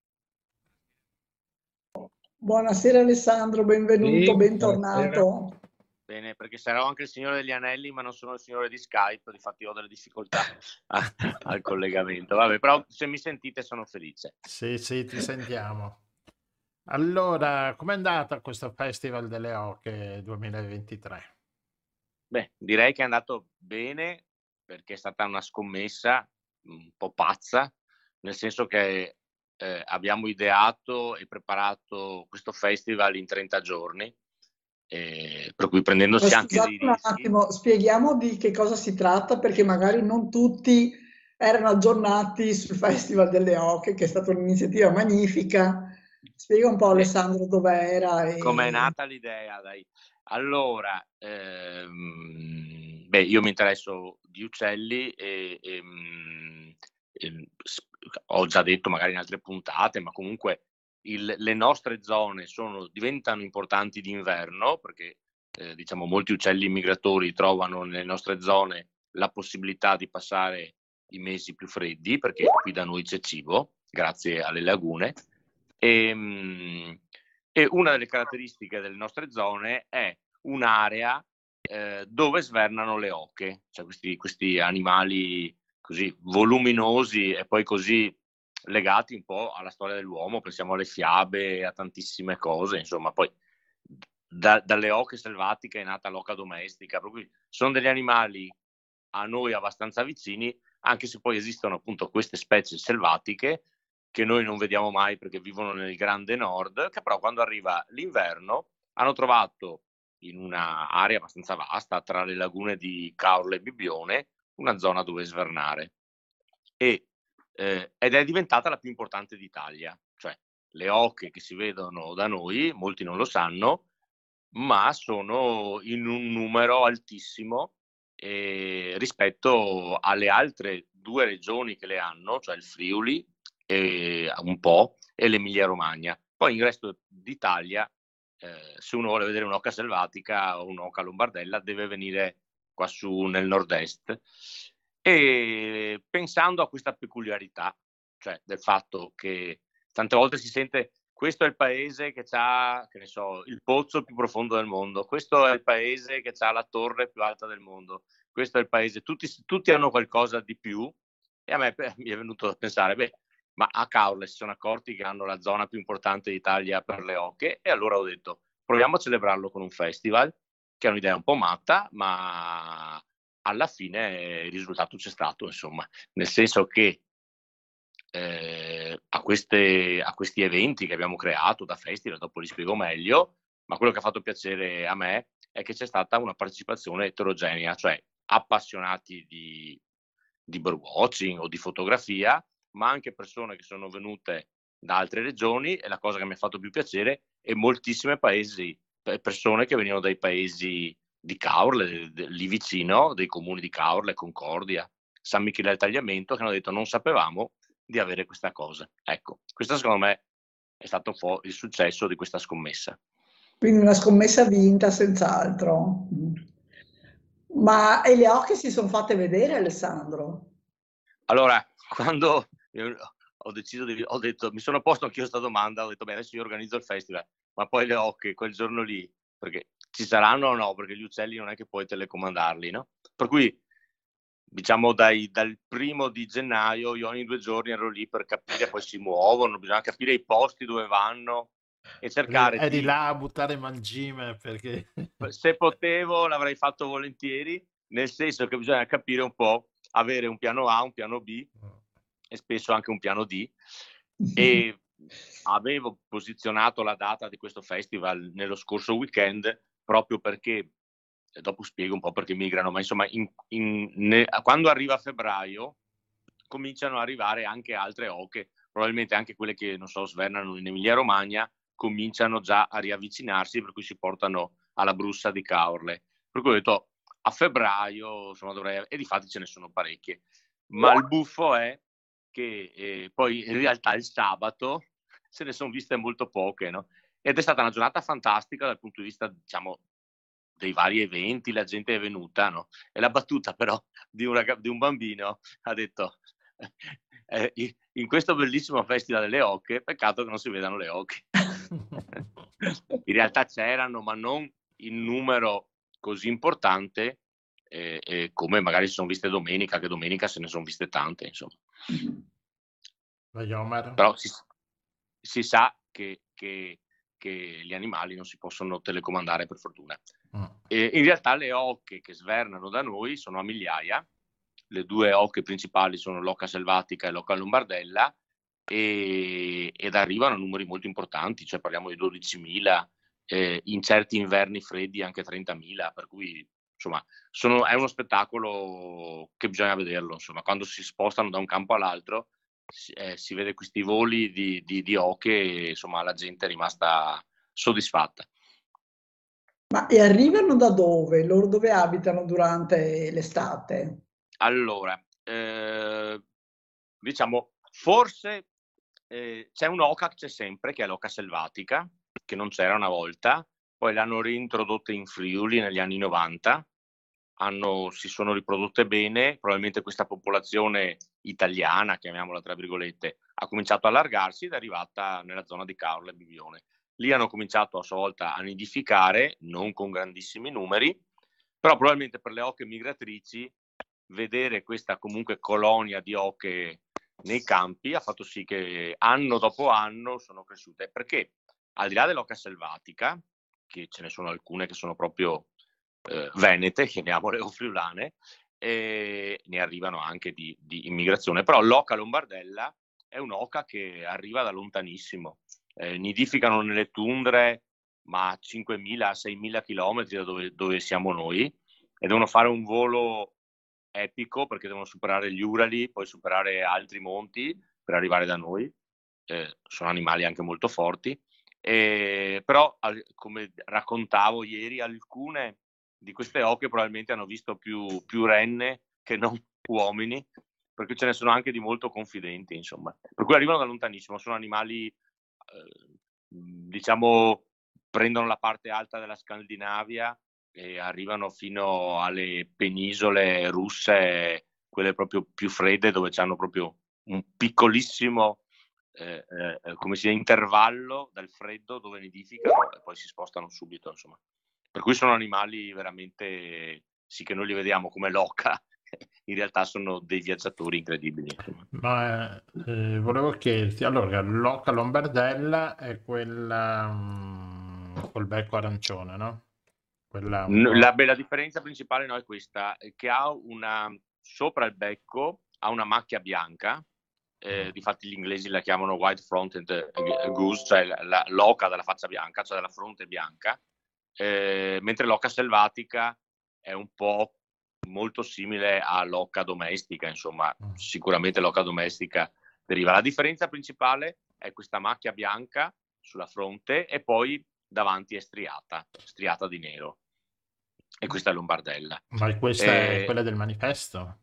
Buonasera Alessandro, benvenuto, Sì, bentornato. Bene, perché sarò anche il Signore degli Anelli, ma non sono il Signore di Skype, difatti ho delle difficoltà al collegamento. Vabbè, però se mi sentite sono felice. Sì, sì, ti sentiamo. Allora, com'è andata questo Festival delle Oche 2023? Beh, direi che è andato bene perché è stata una scommessa un po' pazza, nel senso che abbiamo ideato e preparato questo festival in 30 giorni. Per cui prendendosi anche Scusate dei un rischi. attimo, spieghiamo di che cosa si tratta perché magari non tutti erano aggiornati sul Festival delle Oche, che è stata un'iniziativa magnifica. Spiega un po' Alessandro dov'era. Com'è nata l'idea, dai. Allora, io mi interesso di uccelli e ho già detto magari in altre puntate, ma comunque le nostre zone diventano importanti d'inverno perché diciamo molti uccelli migratori trovano nelle nostre zone la possibilità di passare i mesi più freddi perché qui da noi c'è cibo, grazie alle lagune. E una delle caratteristiche delle nostre zone è un'area dove svernano le oche, cioè questi animali così voluminosi e poi così legati un po' alla storia dell'uomo, pensiamo alle fiabe, a tantissime cose, insomma, poi dalle oche selvatiche è nata l'oca domestica, per cui sono degli animali a noi abbastanza vicini, anche se poi esistono appunto queste specie selvatiche che noi non vediamo mai perché vivono nel grande nord, che però quando arriva l'inverno hanno trovato in una area abbastanza vasta tra le lagune di Caorle e Bibbione una zona dove svernare ed è diventata la più importante d'Italia, cioè le oche che si vedono da noi, molti non lo sanno, ma sono in un numero altissimo rispetto alle altre 2 regioni che le hanno, cioè il Friuli un po' e l'Emilia Romagna. Poi in resto d'Italia, se uno vuole vedere un'oca selvatica o un'oca lombardella deve venire qua su nel nord-est. E pensando a questa peculiarità, cioè del fatto che tante volte si sente questo è il paese che ha, che ne so, il pozzo più profondo del mondo, questo è il paese che ha la torre più alta del mondo, questo è il paese, tutti hanno qualcosa di più e a me mi è venuto da pensare, ma a Caorle si sono accorti che hanno la zona più importante d'Italia per le oche e allora ho detto proviamo a celebrarlo con un festival, che è un'idea un po' matta, ma alla fine il risultato c'è stato, insomma, nel senso che a questi eventi che abbiamo creato da festival, dopo li spiego meglio, ma quello che ha fatto piacere a me è che c'è stata una partecipazione eterogenea, cioè appassionati di birdwatching o di fotografia, ma anche persone che sono venute da altre regioni e la cosa che mi ha fatto più piacere è moltissime persone che venivano dai paesi di Caorle, lì vicino, dei comuni di Caorle, Concordia, San Michele al Tagliamento, che hanno detto non sapevamo di avere questa cosa. Ecco, questo secondo me è stato il successo di questa scommessa. Quindi una scommessa vinta senz'altro. Ma e le oche si sono fatte vedere, Alessandro? Allora, quando ho detto, mi sono posto anch'io questa domanda, ho detto, adesso io organizzo il festival, ma poi le oche quel giorno lì, perché ci saranno o no? Perché gli uccelli non è che puoi telecomandarli, no? Per cui, diciamo, dal 1° di gennaio io ogni 2 giorni ero lì per capire, poi si muovono, bisogna capire i posti dove vanno e cercare Eri là a buttare mangime perché... Se potevo l'avrei fatto volentieri, nel senso che bisogna capire un po', avere un piano A, un piano B e spesso anche un piano D. E avevo posizionato la data di questo festival nello scorso weekend proprio perché, dopo spiego un po' perché migrano, ma insomma quando arriva febbraio cominciano ad arrivare anche altre oche, probabilmente anche quelle che non so svernano in Emilia Romagna cominciano già a riavvicinarsi, per cui si portano alla Brussa di Caorle. Per cui ho detto a febbraio, insomma, e difatti ce ne sono parecchie. Ma il buffo è che poi in realtà il sabato se ne sono viste molto poche, no? Ed è stata una giornata fantastica dal punto di vista, diciamo, dei vari eventi, la gente è venuta, no? E la battuta però di un bambino ha detto in questo bellissimo festival delle oche, peccato che non si vedano le oche. In realtà c'erano, ma non in numero così importante come magari si sono viste domenica, che domenica se ne sono viste tante, insomma. Però si sa che gli animali non si possono telecomandare, per fortuna. E in realtà le oche che svernano da noi sono a migliaia. Le due oche principali sono l'oca selvatica e l'oca lombardella, ed arrivano a numeri molto importanti, cioè parliamo di 12.000, in certi inverni freddi anche 30.000, per cui insomma è uno spettacolo che bisogna vederlo, insomma, quando si spostano da un campo all'altro si vede questi voli di oche e insomma la gente è rimasta soddisfatta. Ma e arrivano da dove? Loro dove abitano durante l'estate? Allora, diciamo, forse c'è un'oca che c'è sempre, che è l'oca selvatica, che non c'era una volta, poi l'hanno reintrodotta in Friuli negli anni 90, si sono riprodotte bene, probabilmente questa popolazione italiana, chiamiamola tra virgolette, ha cominciato a allargarsi ed è arrivata nella zona di Caorle e Bibione. Lì hanno cominciato a sua volta a nidificare, non con grandissimi numeri, però probabilmente per le oche migratrici vedere questa comunque colonia di oche nei campi ha fatto sì che anno dopo anno sono cresciute, perché al di là dell'oca selvatica, che ce ne sono alcune che sono proprio venete, chiamiamole, o friulane, e ne arrivano anche di immigrazione, però l'oca lombardella è un'oca che arriva da lontanissimo, nidificano nelle tundre ma a 5.000-6.000 chilometri da dove siamo noi, e devono fare un volo epico perché devono superare gli Urali, poi superare altri monti per arrivare da noi. Sono animali anche molto forti, però come raccontavo ieri, alcune di queste oche probabilmente hanno visto più renne che non uomini, perché ce ne sono anche di molto confidenti, insomma, per cui arrivano da lontanissimo. Sono animali diciamo prendono la parte alta della Scandinavia e arrivano fino alle penisole russe, quelle proprio più fredde, dove hanno proprio un piccolissimo come si dice, intervallo dal freddo dove nidificano e poi si spostano subito, insomma. Per cui sono animali veramente, sì, che noi li vediamo come l'oca, in realtà sono dei viaggiatori incredibili, insomma. Ma volevo chiederti, allora, l'oca lombardella è quella col becco arancione, no? Quella La differenza principale è questa, che ha sopra il becco ha una macchia bianca, difatti gli inglesi la chiamano white fronted goose, cioè l'oca dalla faccia bianca, cioè dalla fronte bianca, mentre l'oca selvatica è un po' molto simile all'oca domestica, insomma, sicuramente l'oca domestica deriva. La differenza principale è questa macchia bianca sulla fronte e poi davanti è striata di nero. E questa è lombardella. Ma questa è quella del manifesto?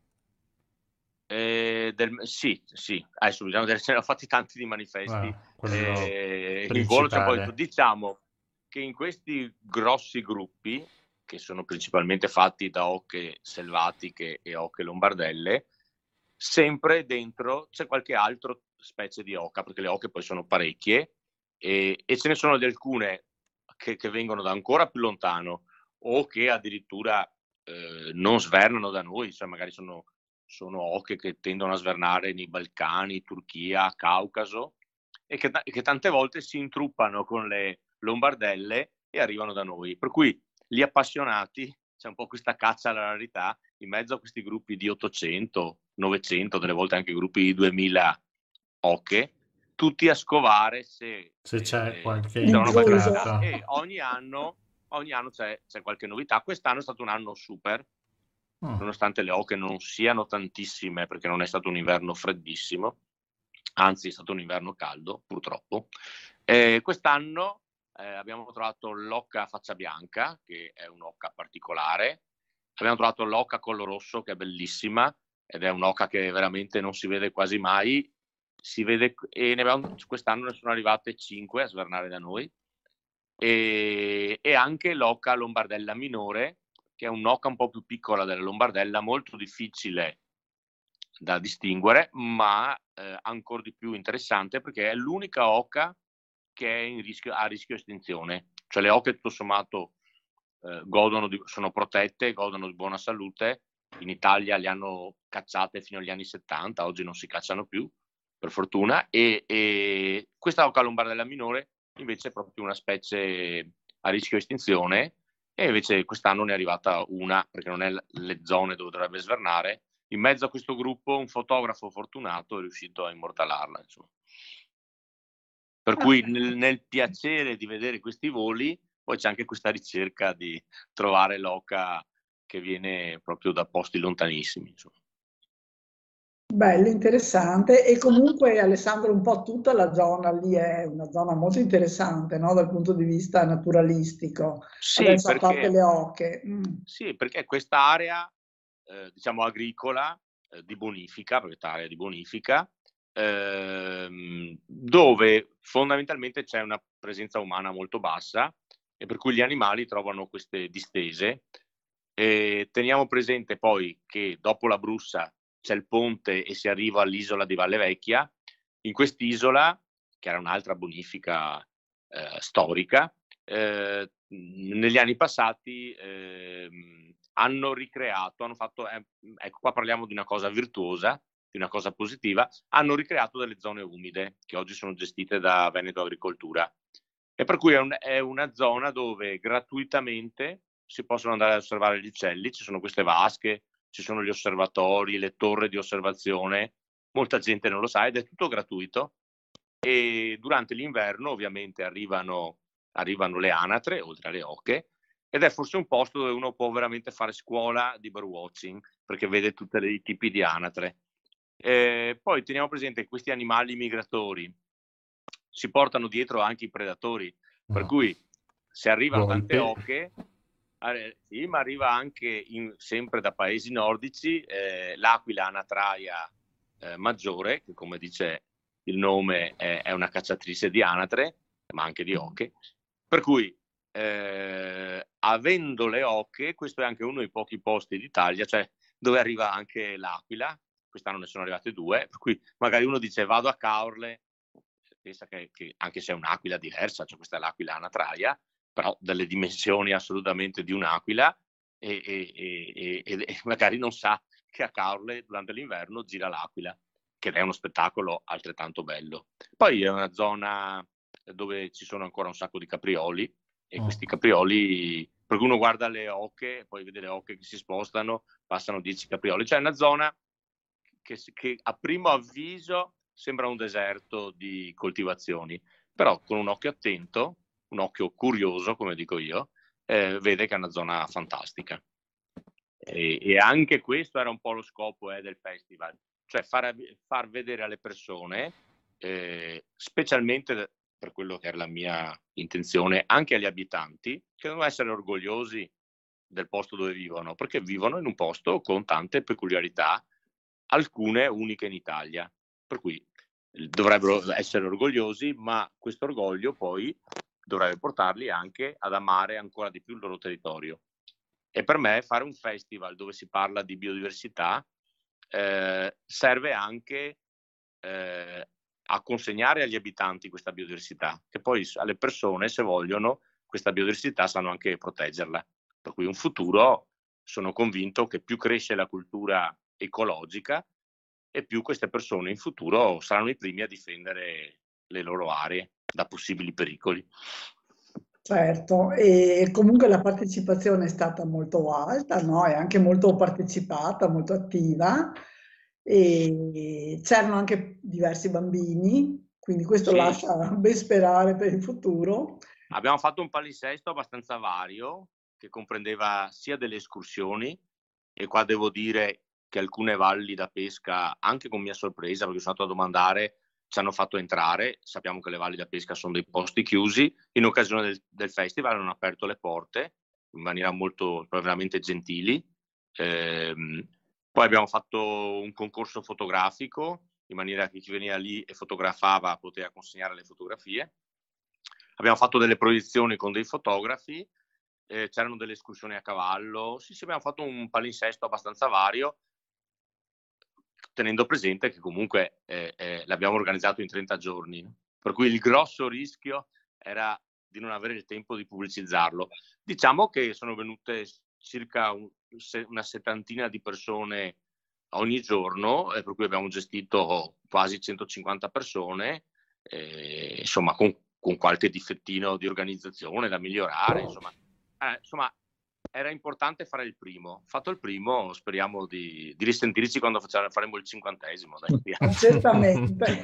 Sì, adesso ce ne ho fatti tanti di manifesti. Il volo poi, diciamo che in questi grossi gruppi, che sono principalmente fatti da oche selvatiche e oche lombardelle, sempre dentro c'è qualche altra specie di oca, perché le oche poi sono parecchie, e ce ne sono di alcune che vengono da ancora più lontano o che addirittura non svernano da noi, cioè magari sono oche che tendono a svernare nei Balcani, Turchia, Caucaso, e che tante volte si intruppano con le lombardelle e arrivano da noi. Per cui gli appassionati, c'è un po' questa caccia alla rarità in mezzo a questi gruppi di 800, 900, delle volte anche gruppi di 2000 oche, tutti a scovare se c'è qualche intruso. E ogni anno c'è qualche novità. Quest'anno è stato un anno super, nonostante le oche non siano tantissime, perché non è stato un inverno freddissimo, anzi è stato un inverno caldo, purtroppo. Quest'anno abbiamo trovato l'oca faccia bianca, che è un'oca particolare, abbiamo trovato l'oca collo rosso, che è bellissima, ed è un'oca che veramente non si vede quasi mai. Si vede, e quest'anno ne sono arrivate 5 a svernare da noi, e anche l'oca lombardella minore, che è un'oca un po' più piccola della lombardella, molto difficile da distinguere, ma ancora di più interessante, perché è l'unica oca che è a rischio estinzione. Cioè le oche tutto sommato sono protette, godono di buona salute. In Italia le hanno cacciate fino agli anni 70, oggi non si cacciano più, per fortuna, e questa oca lombardella minore invece è proprio una specie a rischio estinzione, e invece quest'anno ne è arrivata una, perché non è le zone dove dovrebbe svernare. In mezzo a questo gruppo un fotografo fortunato è riuscito a immortalarla, insomma. Per cui nel piacere di vedere questi voli, poi c'è anche questa ricerca di trovare l'oca che viene proprio da posti lontanissimi, insomma. Bello, interessante. E comunque, Alessandro, un po' tutta la zona lì è una zona molto interessante, no? Dal punto di vista naturalistico. Sì, Adesso a parte le oche. Sì, perché quest'area, diciamo agricola, di bonifica, proprietaria di bonifica, dove fondamentalmente c'è una presenza umana molto bassa, e per cui gli animali trovano queste distese. E teniamo presente poi che dopo la Brussa c'è il ponte e si arriva all'isola di Valle Vecchia. In quest'isola, che era un'altra bonifica storica, negli anni passati hanno fatto, ecco qua parliamo di una cosa virtuosa, di una cosa positiva, hanno ricreato delle zone umide che oggi sono gestite da Veneto Agricoltura, e per cui è una zona dove gratuitamente si possono andare ad osservare gli uccelli. Ci sono queste vasche, ci sono gli osservatori, le torri di osservazione, molta gente non lo sa ed è tutto gratuito, e durante l'inverno ovviamente arrivano le anatre, oltre alle oche, ed è forse un posto dove uno può veramente fare scuola di birdwatching, perché vede tutti i tipi di anatre. Poi teniamo presente che questi animali migratori si portano dietro anche i predatori, per cui se arrivano tante oche, sì, ma arriva anche sempre da paesi nordici l'aquila anatraia maggiore, che come dice il nome è una cacciatrice di anatre, ma anche di oche, per cui avendo le oche, questo è anche uno dei pochi posti d'Italia, cioè dove arriva anche l'aquila. Quest'anno ne sono arrivate 2, per cui magari uno dice vado a Caorle, pensa che anche se è un'aquila diversa, cioè questa è l'aquila anatraia, però delle dimensioni assolutamente di un'aquila, e magari non sa che a Caorle durante l'inverno gira l'aquila, che è uno spettacolo altrettanto bello. Poi è una zona dove ci sono ancora un sacco di caprioli, e questi caprioli, perché uno guarda le oche, poi vede le oche che si spostano, passano 10 caprioli, cioè è una zona che a primo avviso sembra un deserto di coltivazioni, però con un occhio attento, un occhio curioso, come dico io, vede che è una zona fantastica. E anche questo era un po' lo scopo del festival, cioè far vedere alle persone, specialmente per quello che era la mia intenzione, anche agli abitanti, che devono essere orgogliosi del posto dove vivono, perché vivono in un posto con tante peculiarità, alcune uniche in Italia, per cui dovrebbero essere orgogliosi, ma questo orgoglio poi dovrebbe portarli anche ad amare ancora di più il loro territorio. E per me fare un festival dove si parla di biodiversità serve anche a consegnare agli abitanti questa biodiversità, che poi alle persone, se vogliono, questa biodiversità sanno anche proteggerla. Per cui un futuro, sono convinto che più cresce la cultura ecologica e più queste persone in futuro saranno i primi a difendere le loro aree da possibili pericoli. Certo, e comunque la partecipazione è stata molto alta, no? È anche molto partecipata, molto attiva, e c'erano anche diversi bambini, quindi questo Sì. lascia ben sperare per il futuro. Abbiamo fatto un palinsesto abbastanza vario, che comprendeva sia delle escursioni, e qua devo dire che alcune valli da pesca, anche con mia sorpresa, perché sono andato a domandare, ci hanno fatto entrare. Sappiamo che le valli da pesca sono dei posti chiusi, in occasione del festival hanno aperto le porte in maniera veramente gentili, Poi abbiamo fatto un concorso fotografico, in maniera che chi veniva lì e fotografava poteva consegnare le fotografie. Abbiamo fatto delle proiezioni con dei fotografi, c'erano delle escursioni a cavallo. Sì, abbiamo fatto un palinsesto abbastanza vario, tenendo presente che comunque l'abbiamo organizzato in 30 giorni, per cui il grosso rischio era di non avere il tempo di pubblicizzarlo. Diciamo che sono venute circa una settantina di persone ogni giorno, per cui abbiamo gestito quasi 150 persone, insomma con qualche difettino di organizzazione da migliorare, insomma era importante fare il primo. Fatto il primo, speriamo di risentirci quando faremo il 50°. Certamente.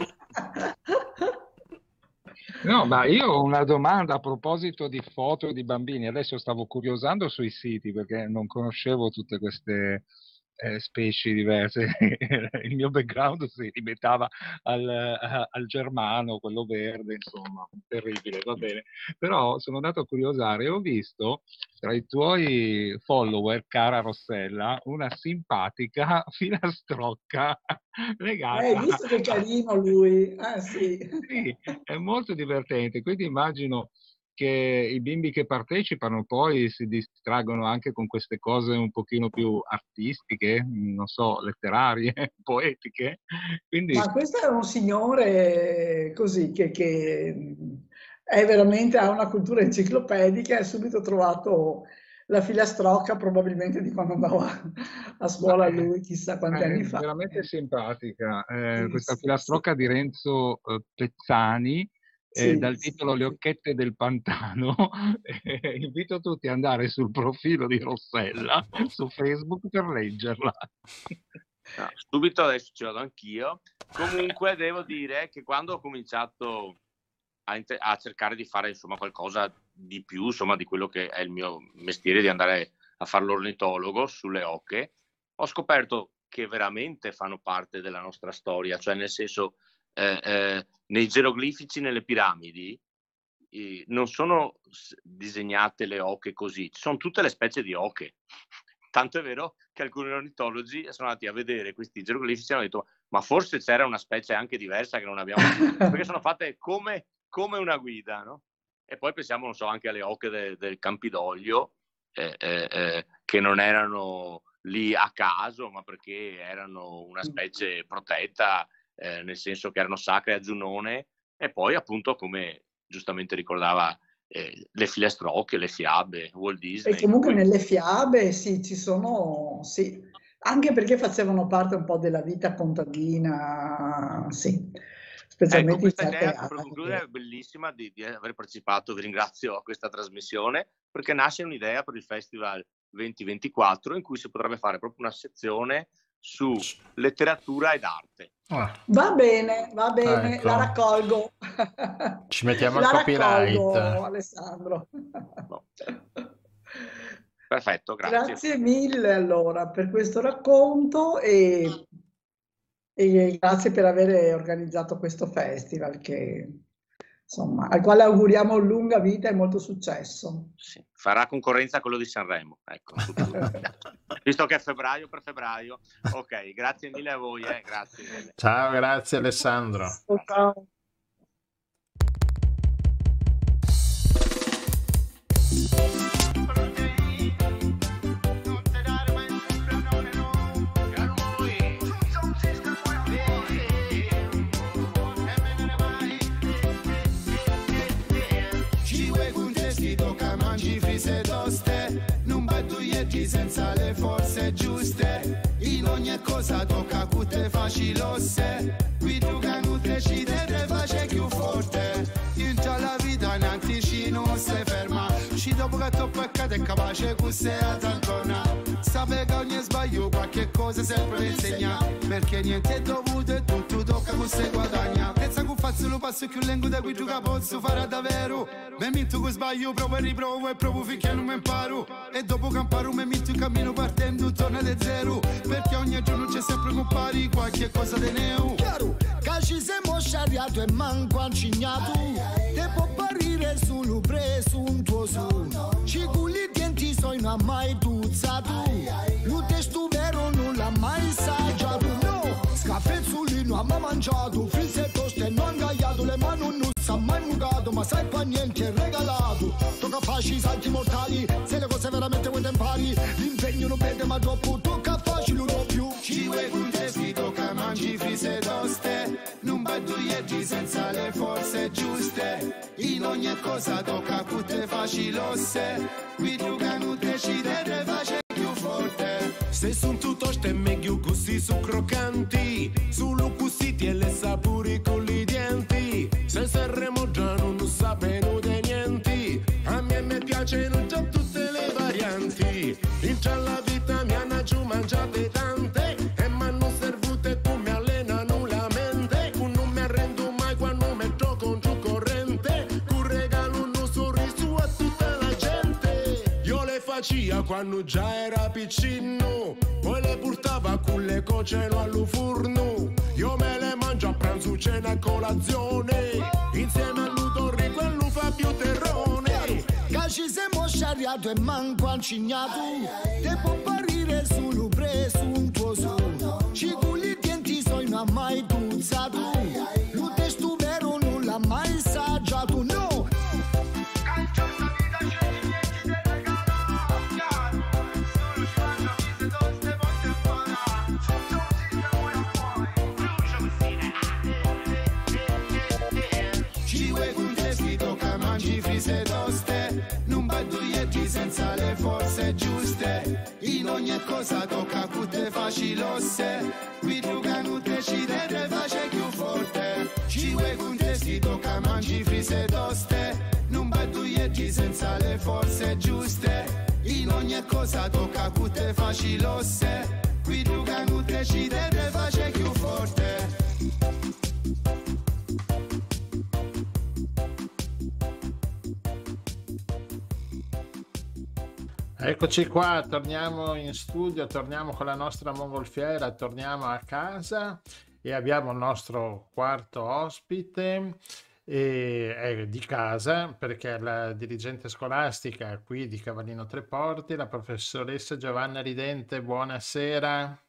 No, ma io ho una domanda a proposito di foto di bambini. Adesso stavo curiosando sui siti perché non conoscevo tutte queste specie diverse. Il mio background si limitava al germano, quello verde, insomma, terribile, va bene. Però sono andato a curiosare e ho visto tra i tuoi follower, cara Rossella, una simpatica filastrocca legata. Hai visto che carino lui? Ah, sì. Sì, è molto divertente, quindi immagino che i bimbi che partecipano poi si distraggono anche con queste cose un pochino più artistiche, non so, letterarie, poetiche. Quindi... Ma questo è un signore così che è veramente, ha una cultura enciclopedica e ha subito trovato la filastrocca probabilmente di quando andava a scuola lui, chissà quanti anni fa. È veramente simpatica, questa filastrocca di Renzo Pezzani, dal titolo Le occhette del pantano. Invito tutti ad andare sul profilo di Rossella su Facebook per leggerla. No, subito adesso ci vado anch'io. Comunque devo dire che quando ho cominciato a cercare di fare insomma qualcosa di più, insomma, di quello che è il mio mestiere, di andare a fare l'ornitologo sulle oche, ho scoperto che veramente fanno parte della nostra storia, cioè nel senso nei geroglifici, nelle piramidi non sono disegnate le oche così, ci sono tutte le specie di oche. Tanto è vero che alcuni ornitologi sono andati a vedere questi geroglifici e hanno detto ma forse c'era una specie anche diversa che non abbiamo visto, perché sono fatte come una guida, no? E poi pensiamo, non so, anche alle oche del Campidoglio, che non erano lì a caso, ma perché erano una specie protetta, nel senso che erano sacre a Giunone. E poi appunto, come giustamente ricordava, le filastrocche, le fiabe, Walt Disney. E comunque nelle fiabe sì, ci sono, sì, anche perché facevano parte un po' della vita contadina, sì. Ecco, questa idea, per concludere, è bellissima di aver partecipato, vi ringrazio a questa trasmissione, perché nasce un'idea per il Festival 2024 in cui si potrebbe fare proprio una sezione su letteratura ed arte. Va bene, ecco. La raccolgo. Ci mettiamo il copyright. Raccolgo, Alessandro. No. Perfetto, grazie. Grazie mille allora per questo racconto e grazie per aver organizzato questo festival insomma, al quale auguriamo lunga vita e molto successo. Sì, farà concorrenza a quello di Sanremo, ecco. Visto che è febbraio per febbraio. Ok, grazie mille a voi, grazie mille. Ciao, grazie Alessandro. Ciao. Senza le forze giuste, in ogni cosa tocca cutte facilosse, qui tu canute ci te face più forte, in tutta la vita neanche ci non si ferma, ci dopo che tu peccato è capace che sei a tantona, sape che ogni sbaglio qualche cosa sempre insegna, perché niente è dovuto e tutto tocca che si guadagna, pensa che faccio lo passo più lungo da qui tu che posso fare davvero, mi minto che sbaglio, provo e riprovo e provo finché non mi imparo, e dopo che imparo mi metto in cammino partendo torna da zero, perché ogni giorno c'è sempre che pari qualche cosa di neo. Chiaro, che ci siamo sciariato e manco acignato, te può parire solo presuntuoso, ci culi denti sono mai tuzzato, lo testo A me mangiato, frizze e toste, non gagliato, le mani non sa mai mugato, ma sai qua niente è regalato. Tocca farci i salti mortali, se le cose veramente vuoi te impari. L'impegno non vede ma troppo, tocca farci l'uno più. Ci vuoi con te si tocca, mangi frizze e toste, non badduietti senza le forze giuste. In ogni cosa tocca con te facci l'osse, qui tu che non decide te face più forte. Se son tutto ste meglio così su croccanti, solo così ti e le sapori con i denti. Se Sanremo già non sapeno di niente, a me piacciono già tutte le varianti. In già la vita mi hanno giù mangiate tante, e m'hanno servute come allenano la mente. Non mi arrendo mai quando mi gioco giù corrente, con regalo un sorriso a tutta la gente. Io le facia quando già era piccino, poi le portava con le coceno allo forno. Io me le mangio a pranzo, cena e colazione, insieme all'Udorri quello fa più terrone. Che ci siamo sciariato e manco acignato, te può parire solo presuntuoso. Ci con i denti so non ha mai puzzato, lo testo vero non l'ha mai assaggiato, no. Frise toste, non badduietti senza le forze giuste. In ogni cosa tocca con te facci l'osse, qui tu che non decide te face più forte. Ci vuoi con te si tocca mangi frise toste, non badduietti senza le forze giuste. In ogni cosa tocca con te facci l'osse, qui tu che non decide te face più forte. Eccoci qua, torniamo in studio, torniamo con la nostra mongolfiera, torniamo a casa e abbiamo il nostro quarto ospite di casa, perché è la dirigente scolastica qui di Cavallino Treporti, la professoressa Giovanna Ridente. Buonasera.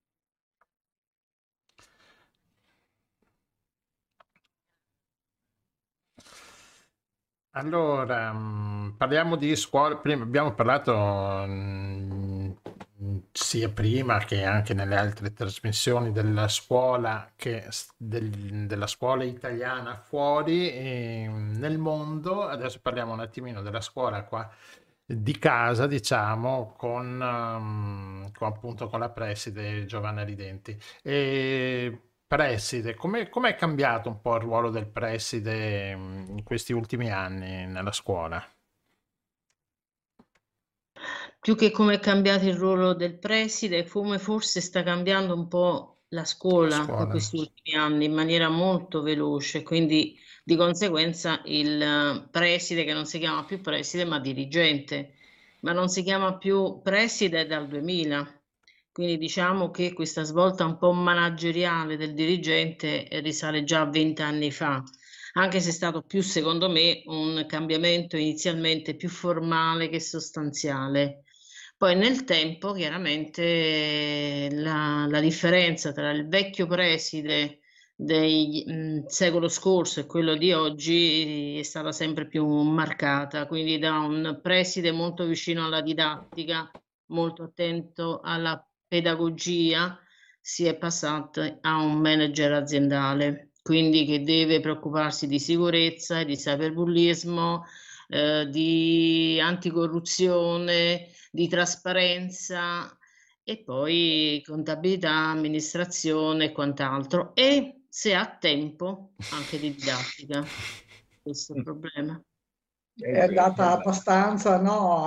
Allora, parliamo di scuola. Prima abbiamo parlato sia prima che anche nelle altre trasmissioni della scuola, della scuola italiana fuori nel mondo. Adesso parliamo un attimino della scuola qua di casa, diciamo, con appunto con la preside Giovanna Ridenti. Preside, com'è cambiato un po' il ruolo del preside in questi ultimi anni nella scuola? Più che come è cambiato il ruolo del preside, come forse sta cambiando un po' la scuola in questi ultimi anni in maniera molto veloce, quindi di conseguenza il preside, che non si chiama più preside ma dirigente, ma non si chiama più preside dal 2000. Quindi diciamo che questa svolta un po' manageriale del dirigente risale già a 20 anni fa, anche se è stato più, secondo me, un cambiamento inizialmente più formale che sostanziale. Poi nel tempo, chiaramente, la differenza tra il vecchio preside del secolo scorso e quello di oggi è stata sempre più marcata, quindi da un preside molto vicino alla didattica, molto attento alla pedagogia, si è passati a un manager aziendale, quindi che deve preoccuparsi di sicurezza, di cyberbullismo, di anticorruzione, di trasparenza e poi contabilità, amministrazione e quant'altro, e se ha tempo anche di didattica. Questo è il problema. È andata abbastanza, no,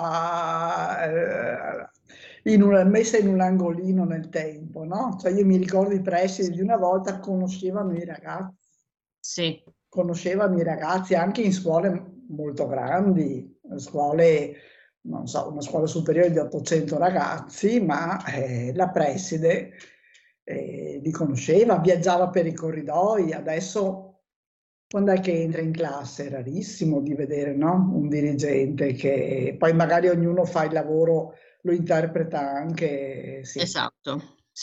messa in un angolino nel tempo, no? Cioè io mi ricordo i presidi di una volta conoscevano i ragazzi. Sì. Conoscevano i ragazzi anche in scuole molto grandi, scuole, non so, una scuola superiore di 800 ragazzi, ma la preside li conosceva, viaggiava per i corridoi. Adesso quando è che entra in classe? È rarissimo di vedere, no? Un dirigente che poi magari ognuno fa il lavoro, lo interpreta anche. Sì. Esatto, sì.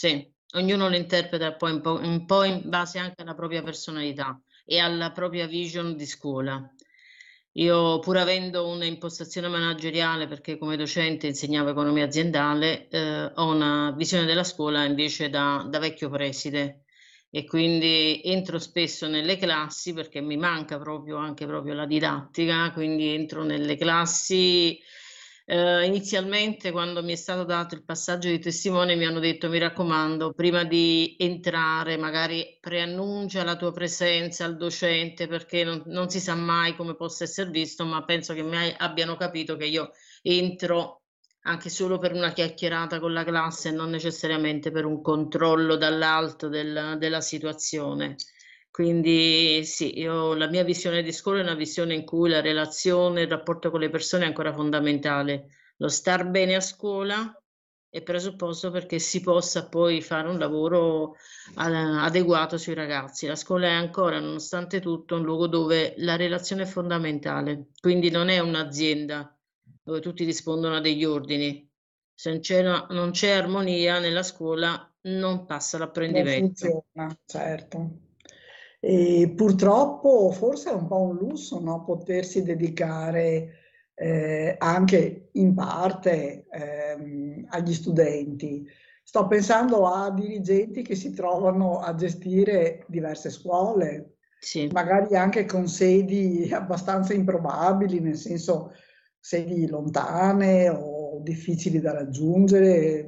ognuno lo interpreta poi un po' in base anche alla propria personalità e alla propria vision di scuola. Io, pur avendo un'impostazione manageriale, perché come docente insegnavo economia aziendale, ho una visione della scuola invece da vecchio preside, e quindi entro spesso nelle classi perché mi manca anche proprio la didattica, quindi entro nelle classi. Inizialmente, quando mi è stato dato il passaggio di testimone, mi hanno detto: mi raccomando, prima di entrare magari preannuncia la tua presenza al docente, perché non si sa mai come possa essere visto, ma penso che mi abbiano capito che io entro anche solo per una chiacchierata con la classe e non necessariamente per un controllo dall'alto della situazione. Quindi sì, la mia visione di scuola è una visione in cui la relazione, il rapporto con le persone è ancora fondamentale. Lo star bene a scuola è presupposto perché si possa poi fare un lavoro adeguato sui ragazzi. La scuola è ancora, nonostante tutto, un luogo dove la relazione è fondamentale, quindi non è un'azienda dove tutti rispondono a degli ordini. Se non c'è armonia nella scuola, non passa Non l'apprendimento. funziona, certo. E purtroppo forse è un po' un lusso, no? Potersi dedicare anche in parte agli studenti. Sto pensando a dirigenti che si trovano a gestire diverse scuole, Sì. magari anche con sedi abbastanza improbabili, nel senso sedi lontane o difficili da raggiungere.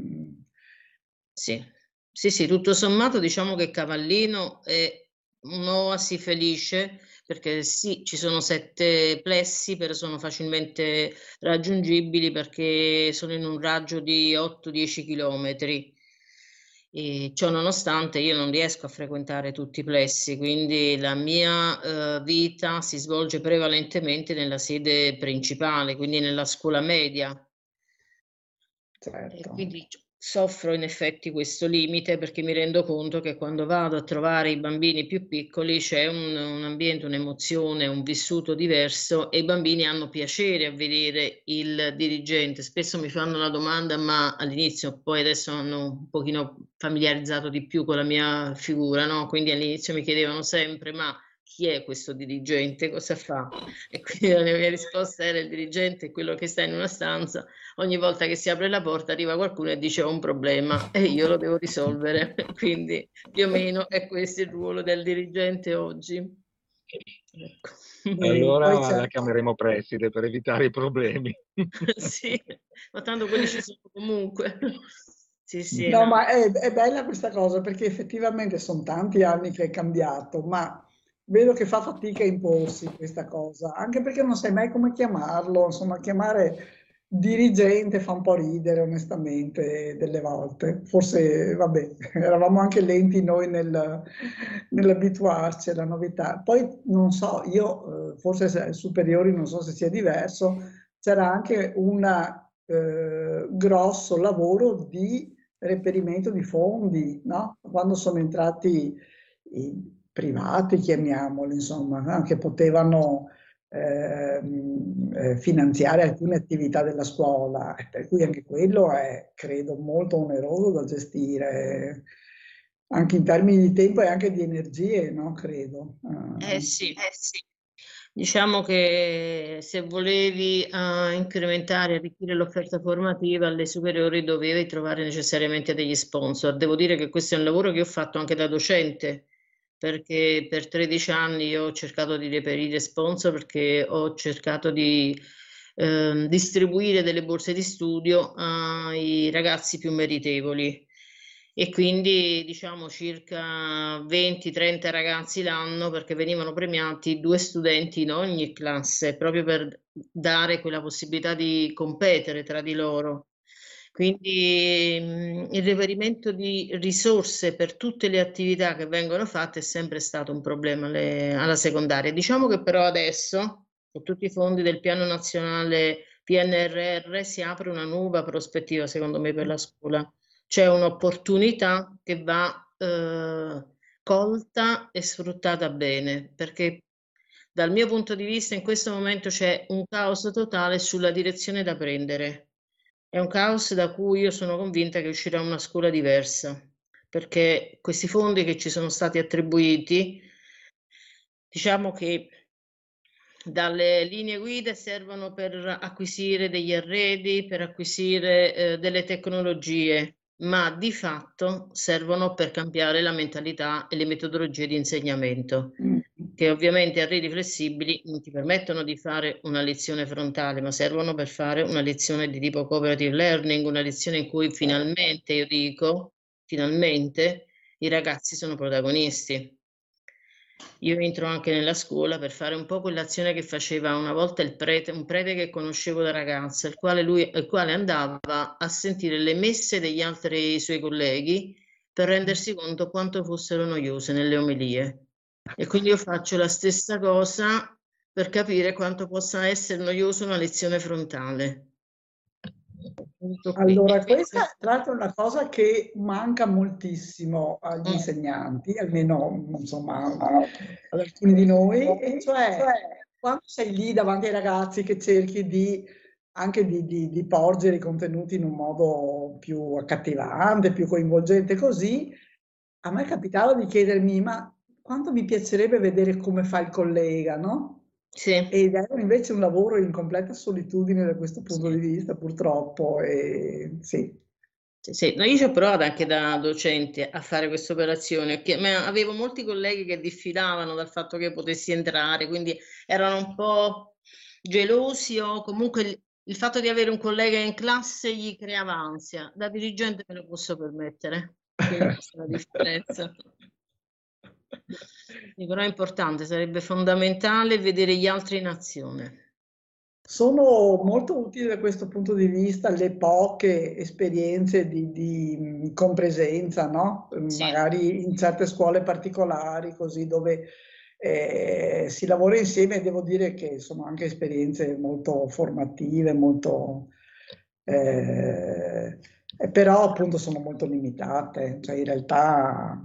Sì. Sì, tutto sommato diciamo che Cavallino è un'oasi felice, perché sì, ci sono 7 plessi, però sono facilmente raggiungibili perché sono in un raggio di 8-10 chilometri. E ciò nonostante io non riesco a frequentare tutti i plessi, quindi la mia vita si svolge prevalentemente nella sede principale, quindi nella scuola media. E quindi soffro in effetti questo limite, perché mi rendo conto che quando vado a trovare i bambini più piccoli c'è un ambiente, un'emozione, un vissuto diverso, e i bambini hanno piacere a vedere il dirigente. Spesso mi fanno la domanda, ma all'inizio, poi adesso hanno un pochino familiarizzato di più con la mia figura, no? Quindi all'inizio mi chiedevano sempre: ma chi è questo dirigente? Cosa fa? E quindi la mia risposta era: il dirigente è quello che sta in una stanza, ogni volta che si apre la porta arriva qualcuno e dice: ho un problema e io lo devo risolvere. Quindi più o meno è questo il ruolo del dirigente oggi. Ecco. Allora la chiameremo preside per evitare i problemi. Sì, ma tanto quelli ci sono comunque. Sì, No, ma è bella questa cosa, perché effettivamente sono tanti anni che è cambiato, ma vedo che fa fatica a imporsi questa cosa, anche perché non sai mai come chiamarlo, insomma, chiamare dirigente fa un po' ridere onestamente delle volte. Forse, vabbè, eravamo anche lenti noi nell'abituarci alla novità. Poi non so, io forse ai superiori non so se sia diverso, c'era anche un grosso lavoro di reperimento di fondi, no? Quando sono entrati i privati, chiamiamoli, insomma, no? Che potevano finanziare alcune attività della scuola, per cui anche quello è, credo, molto oneroso da gestire, anche in termini di tempo e anche di energie, no? Credo. Sì. Diciamo che se volevi incrementare e arricchire l'offerta formativa alle superiori dovevi trovare necessariamente degli sponsor. Devo dire che questo è un lavoro che ho fatto anche da docente, perché per 13 anni io ho cercato di reperire sponsor, perché ho cercato di distribuire delle borse di studio ai ragazzi più meritevoli. E quindi diciamo circa 20-30 ragazzi l'anno, perché venivano premiati 2 studenti in ogni classe, proprio per dare quella possibilità di competere tra di loro. Quindi il reperimento di risorse per tutte le attività che vengono fatte è sempre stato un problema alla secondaria. Diciamo che però adesso, con tutti i fondi del Piano Nazionale PNRR, si apre una nuova prospettiva, secondo me, per la scuola. C'è un'opportunità che va colta e sfruttata bene, perché dal mio punto di vista in questo momento c'è un caos totale sulla direzione da prendere. È un caos da cui io sono convinta che uscirà una scuola diversa. perché questi fondi che ci sono stati attribuiti, diciamo che dalle linee guida servono per acquisire degli arredi, per acquisire delle tecnologie, ma di fatto servono per cambiare la mentalità e le metodologie di insegnamento, che ovviamente arredi flessibili non ti permettono di fare una lezione frontale, ma servono per fare una lezione di tipo cooperative learning, una lezione in cui finalmente, io dico, finalmente i ragazzi sono protagonisti. Io entro anche nella scuola per fare un po' quell'azione che faceva una volta il prete, un prete che conoscevo da ragazza, il quale andava a sentire le messe degli altri suoi colleghi per rendersi conto quanto fossero noiose nelle omelie. E quindi io faccio la stessa cosa per capire quanto possa essere noiosa una lezione frontale. Allora, questa è tra l'altro una cosa che manca moltissimo agli insegnanti, almeno insomma ad alcuni di noi, e cioè quando sei lì davanti ai ragazzi che cerchi anche di porgere i contenuti in un modo più accattivante, più coinvolgente così, a me capitava di chiedermi ma quanto mi piacerebbe vedere come fa il collega, no? Sì. Ed è invece un lavoro in completa solitudine da questo punto di vista, purtroppo. E, sì. Sì, no, io ci ho provato anche da docente a fare questa operazione, ma avevo molti colleghi che diffidavano dal fatto che potessi entrare, quindi erano un po' gelosi o comunque il fatto di avere un collega in classe gli creava ansia. Da dirigente me lo posso permettere, quindi questa è la differenza. Però è importante, sarebbe fondamentale vedere gli altri in azione. Sono molto utili da questo punto di vista le poche esperienze di compresenza, no? Sì. Magari in certe scuole particolari, così dove si lavora insieme, devo dire che sono anche esperienze molto formative, molto, però appunto sono molto limitate, cioè in realtà...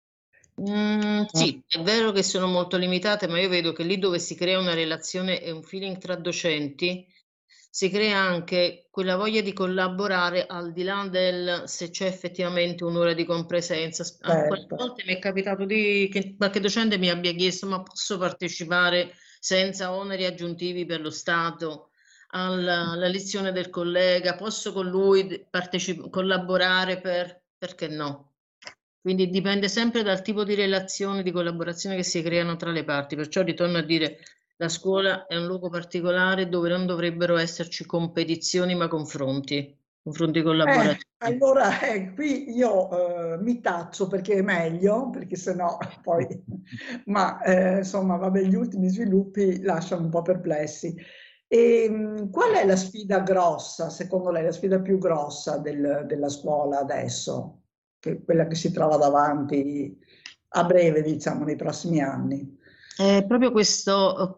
Sì, è vero che sono molto limitate, ma io vedo che lì dove si crea una relazione e un feeling tra docenti, si crea anche quella voglia di collaborare al di là del se c'è effettivamente un'ora di compresenza. Qualche volta mi è capitato che qualche docente mi abbia chiesto ma posso partecipare senza oneri aggiuntivi per lo Stato alla lezione del collega, posso con lui collaborare perché no? Quindi dipende sempre dal tipo di relazione, di collaborazione che si creano tra le parti. Perciò ritorno a dire, la scuola è un luogo particolare dove non dovrebbero esserci competizioni, ma confronti collaborativi. Allora, qui io mi taccio perché è meglio, perché sennò poi... Ma insomma, vabbè, gli ultimi sviluppi lasciano un po' perplessi. E, qual è la sfida grossa, secondo lei, la sfida più grossa della scuola adesso? Quella che si trova davanti a breve, diciamo, nei prossimi anni. Proprio questo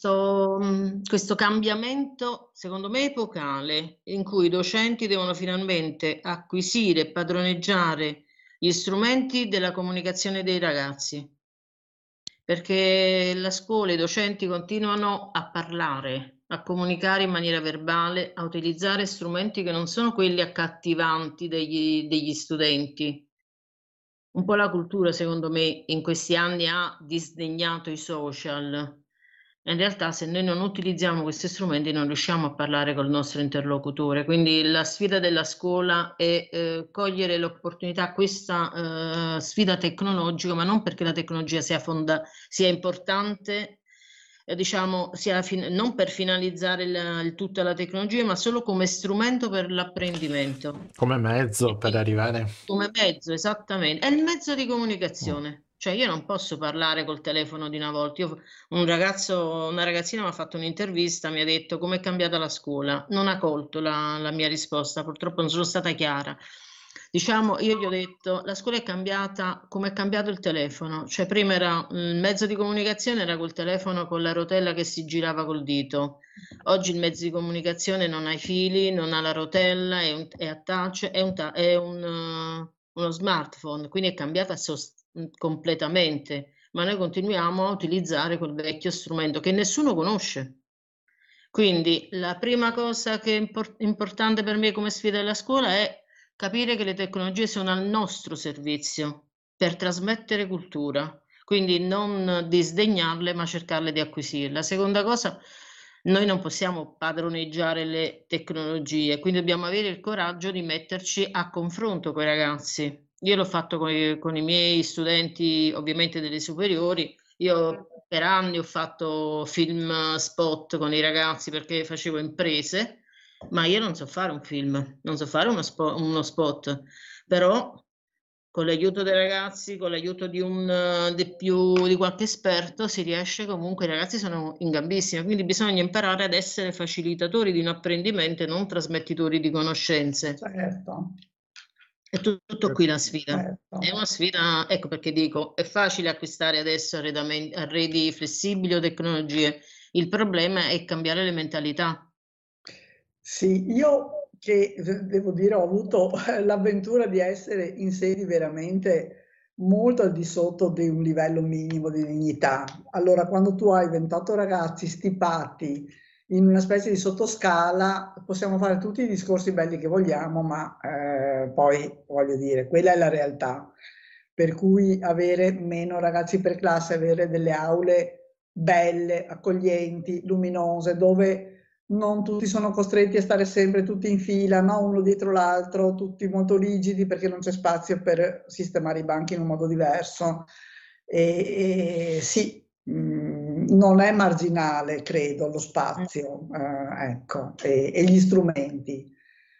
cambiamento, secondo me, epocale, in cui i docenti devono finalmente acquisire e padroneggiare gli strumenti della comunicazione dei ragazzi, perché la scuola e i docenti continuano a parlare, a comunicare in maniera verbale, a utilizzare strumenti che non sono quelli accattivanti degli studenti. Un po' la cultura, secondo me, in questi anni ha disdegnato i social. In realtà, se noi non utilizziamo questi strumenti, non riusciamo a parlare col nostro interlocutore. Quindi la sfida della scuola è cogliere l'opportunità, questa sfida tecnologica, ma non perché la tecnologia sia importante, diciamo, non per finalizzare il tutto alla tecnologia, ma solo come strumento per l'apprendimento. Come mezzo per arrivare. Come mezzo, esattamente. È il mezzo di comunicazione. Cioè io non posso parlare col telefono di una volta. Una ragazzina mi ha fatto un'intervista, mi ha detto come è cambiata la scuola. Non ha colto la mia risposta, purtroppo non sono stata chiara. Diciamo, io gli ho detto, la scuola è cambiata come è cambiato il telefono. Cioè prima era il mezzo di comunicazione, era col telefono con la rotella che si girava col dito. Oggi il mezzo di comunicazione non ha i fili, non ha la rotella, è a touch, è uno smartphone, quindi è cambiata completamente, ma noi continuiamo a utilizzare quel vecchio strumento che nessuno conosce. Quindi la prima cosa che è importante per me come sfida della scuola è capire che le tecnologie sono al nostro servizio per trasmettere cultura, quindi non disdegnarle ma cercarle di acquisirle. La seconda cosa, noi non possiamo padroneggiare le tecnologie, quindi dobbiamo avere il coraggio di metterci a confronto con i ragazzi. Io l'ho fatto con i miei studenti, ovviamente delle superiori. Io per anni ho fatto film spot con i ragazzi perché facevo imprese, ma io non so fare un film, non so fare uno spot, però con l'aiuto dei ragazzi, con l'aiuto di qualche esperto, si riesce comunque, i ragazzi sono in gambissima, quindi bisogna imparare ad essere facilitatori di un apprendimento e non trasmettitori di conoscenze. Certo. È tutto qui la sfida. Certo. È una sfida, ecco perché dico, è facile acquistare adesso arredi flessibili o tecnologie, il problema è cambiare le mentalità. Sì, io che devo dire ho avuto l'avventura di essere in sedi veramente molto al di sotto di un livello minimo di dignità. Allora, quando tu hai 28 ragazzi stipati in una specie di sottoscala, possiamo fare tutti i discorsi belli che vogliamo, ma poi voglio dire, quella è la realtà. Per cui avere meno ragazzi per classe, avere delle aule belle, accoglienti, luminose, dove non tutti sono costretti a stare sempre tutti in fila, no? Uno dietro l'altro, tutti molto rigidi perché non c'è spazio per sistemare i banchi in un modo diverso. E sì, non è marginale, credo, lo spazio, ecco, e gli strumenti.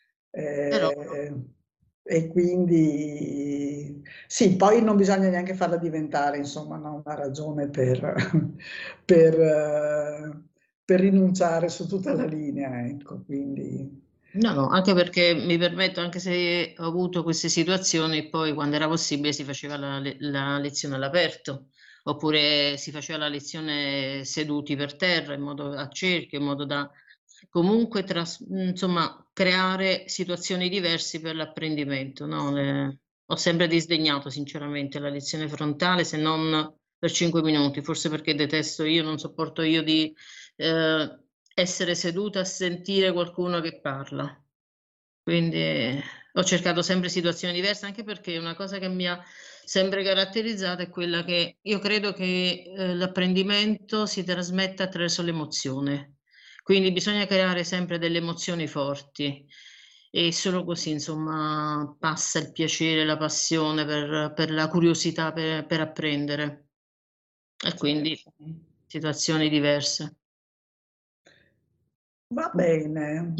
E quindi sì, poi non bisogna neanche farla diventare, insomma, no, una ragione per rinunciare su tutta la linea, ecco, quindi... No, anche perché mi permetto, anche se ho avuto queste situazioni, poi quando era possibile si faceva la lezione all'aperto, oppure si faceva la lezione seduti per terra, in modo a cerchio, in modo da comunque insomma, creare situazioni diverse per l'apprendimento, no? Ho sempre disdegnato sinceramente la lezione frontale, se non per 5 minuti, forse perché detesto io, non sopporto io di essere seduta a sentire qualcuno che parla. Quindi ho cercato sempre situazioni diverse, anche perché una cosa che mi ha sempre caratterizzata è quella che io credo che l'apprendimento si trasmetta attraverso l'emozione. Quindi bisogna creare sempre delle emozioni forti e solo così, insomma, passa il piacere, la passione per la curiosità per apprendere. E quindi situazioni diverse. Va bene.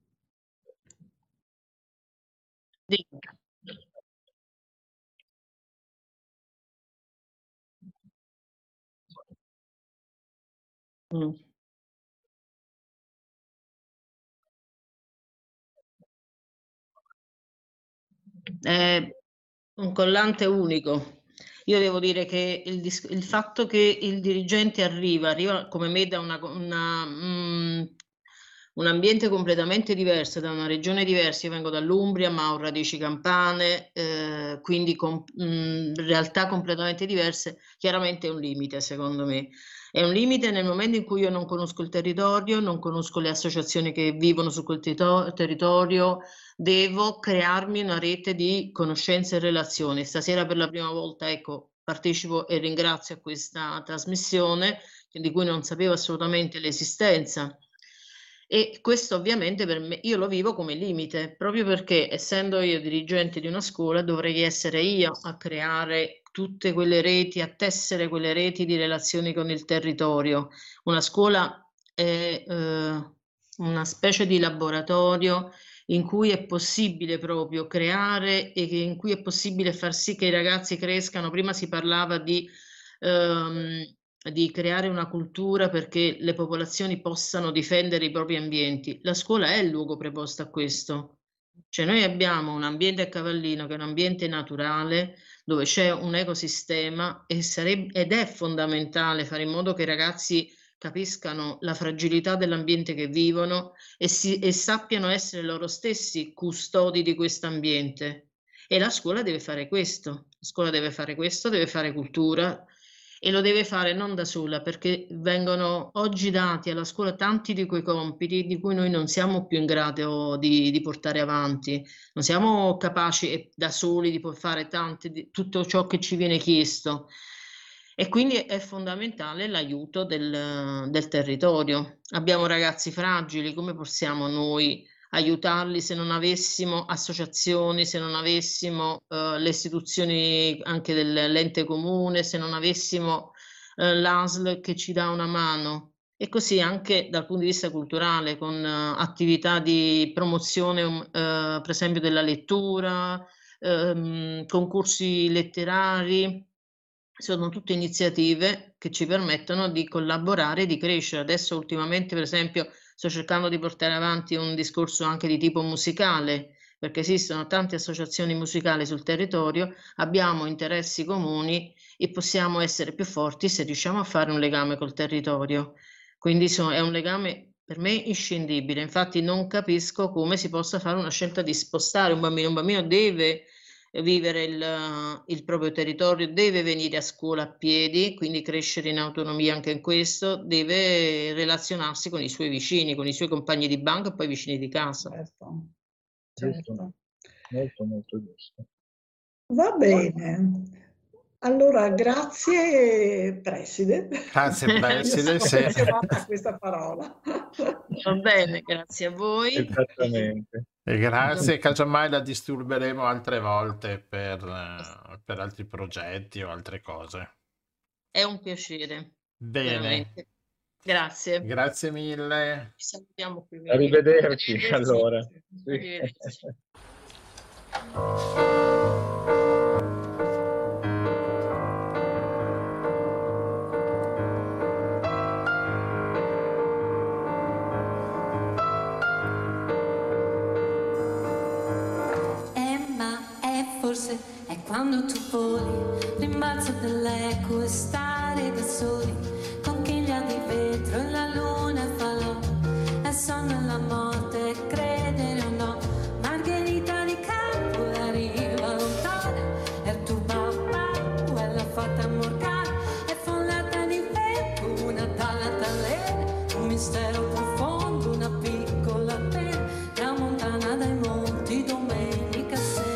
È un collante unico. Io devo dire che il fatto che il dirigente arriva come me da un ambiente completamente diverso, da una regione diversa, io vengo dall'Umbria ma ho radici campane, quindi con realtà completamente diverse, chiaramente è un limite secondo me. È un limite nel momento in cui io non conosco il territorio, non conosco le associazioni che vivono su quel territorio, devo crearmi una rete di conoscenze e relazioni. Stasera per la prima volta, ecco, partecipo e ringrazio a questa trasmissione di cui non sapevo assolutamente l'esistenza. E questo ovviamente per me, io lo vivo come limite, proprio perché essendo io dirigente di una scuola dovrei essere io a creare tutte quelle reti, a tessere quelle reti di relazioni con il territorio. Una scuola è una specie di laboratorio in cui è possibile proprio creare e in cui è possibile far sì che i ragazzi crescano. Prima si parlava di creare una cultura perché le popolazioni possano difendere i propri ambienti. La scuola è il luogo preposto a questo. Cioè noi abbiamo un ambiente a Cavallino che è un ambiente naturale dove c'è un ecosistema ed è fondamentale fare in modo che i ragazzi capiscano la fragilità dell'ambiente che vivono e sappiano essere loro stessi custodi di questo ambiente. E la scuola deve fare questo. La scuola deve fare questo, deve fare cultura e lo deve fare non da sola, perché vengono oggi dati alla scuola tanti di quei compiti di cui noi non siamo più in grado di portare avanti, non siamo capaci da soli di fare tutto ciò che ci viene chiesto. E quindi è fondamentale l'aiuto del territorio. Abbiamo ragazzi fragili, come possiamo noi aiutarli se non avessimo associazioni, se non avessimo le istituzioni anche dell'ente comune, se non avessimo l'ASL che ci dà una mano? E così anche dal punto di vista culturale, con attività di promozione, per esempio della lettura, concorsi letterari. Sono tutte iniziative che ci permettono di collaborare e di crescere. Adesso ultimamente, per esempio, sto cercando di portare avanti un discorso anche di tipo musicale, perché esistono tante associazioni musicali sul territorio, abbiamo interessi comuni e possiamo essere più forti se riusciamo a fare un legame col territorio. Quindi è un legame per me inscindibile. Infatti non capisco come si possa fare una scelta di spostare un bambino. Un bambino deve vivere il proprio territorio, deve venire a scuola a piedi, quindi crescere in autonomia anche in questo, deve relazionarsi con i suoi vicini, con i suoi compagni di banco e poi vicini di casa. Certo. Molto, molto giusto. Va bene. Allora, grazie Preside. Grazie Preside. A questa parola. Va bene, grazie a voi. Esattamente. E grazie, casomai la disturberemo altre volte per altri progetti o altre cose. È un piacere. Bene. Veramente. Grazie. Grazie mille. Ci salutiamo qui. Arrivederci allora. Arrivederci. Forse è quando tu voli, rimbalzo dell'eco e stare da soli, conchiglia di vetro e la luna e falò, è sonno e la morte, credere o no, margherita di campo, la riva lontana, e tu papà, quella fatta morgana, è fondata di vento, una talenta, un mistero profondo, una piccola pena, tramontana dai monti, domenica sera.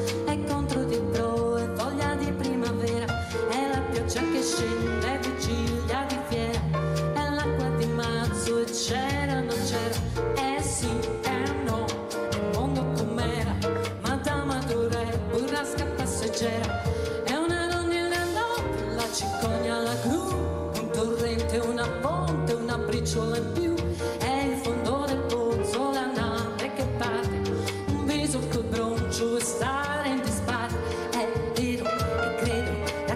Che scende vigilia di fiera, è l'acqua di marzo e c'era, non c'era, sì e no, il mondo com'era, madama d'ore, burrasca passeggera, è una rondine notte, la cicogna, la gru, un torrente, una ponte, una briciola in più, è il fondo del pozzo, la nave che parte, un viso col broncio e stare in disparte, è vero e credo,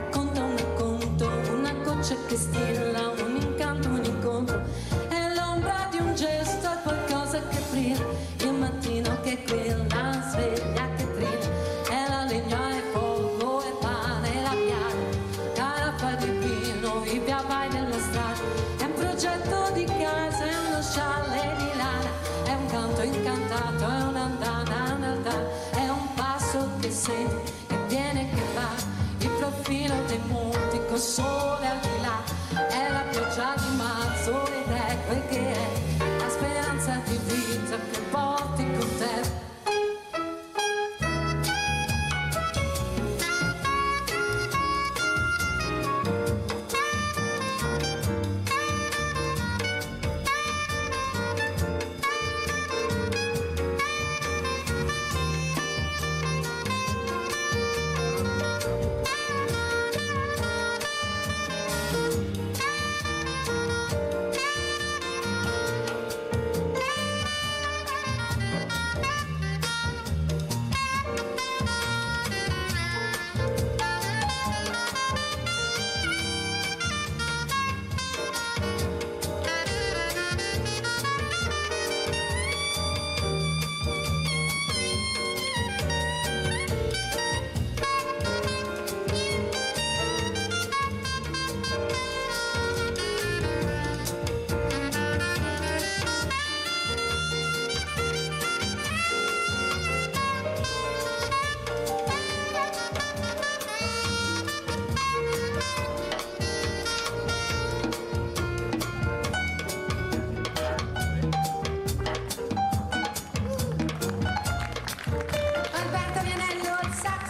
che stilla, un incanto, un incontro, è l'ombra di un gesto, è qualcosa che brilla, il mattino che quella sveglia che trilla, è la legna e fuoco e pane e la piana, caraffa di vino, i via vai della strada, è un progetto di casa, è uno scialle di lana, è un canto incantato, è un'andana, un'altare, è un passo che senti, che viene, che va, il profilo dei monti col sole al di là, è la pioggia di marzo ed è quel che è, la speranza di vita che porti con te. Alberto Vianello al sax.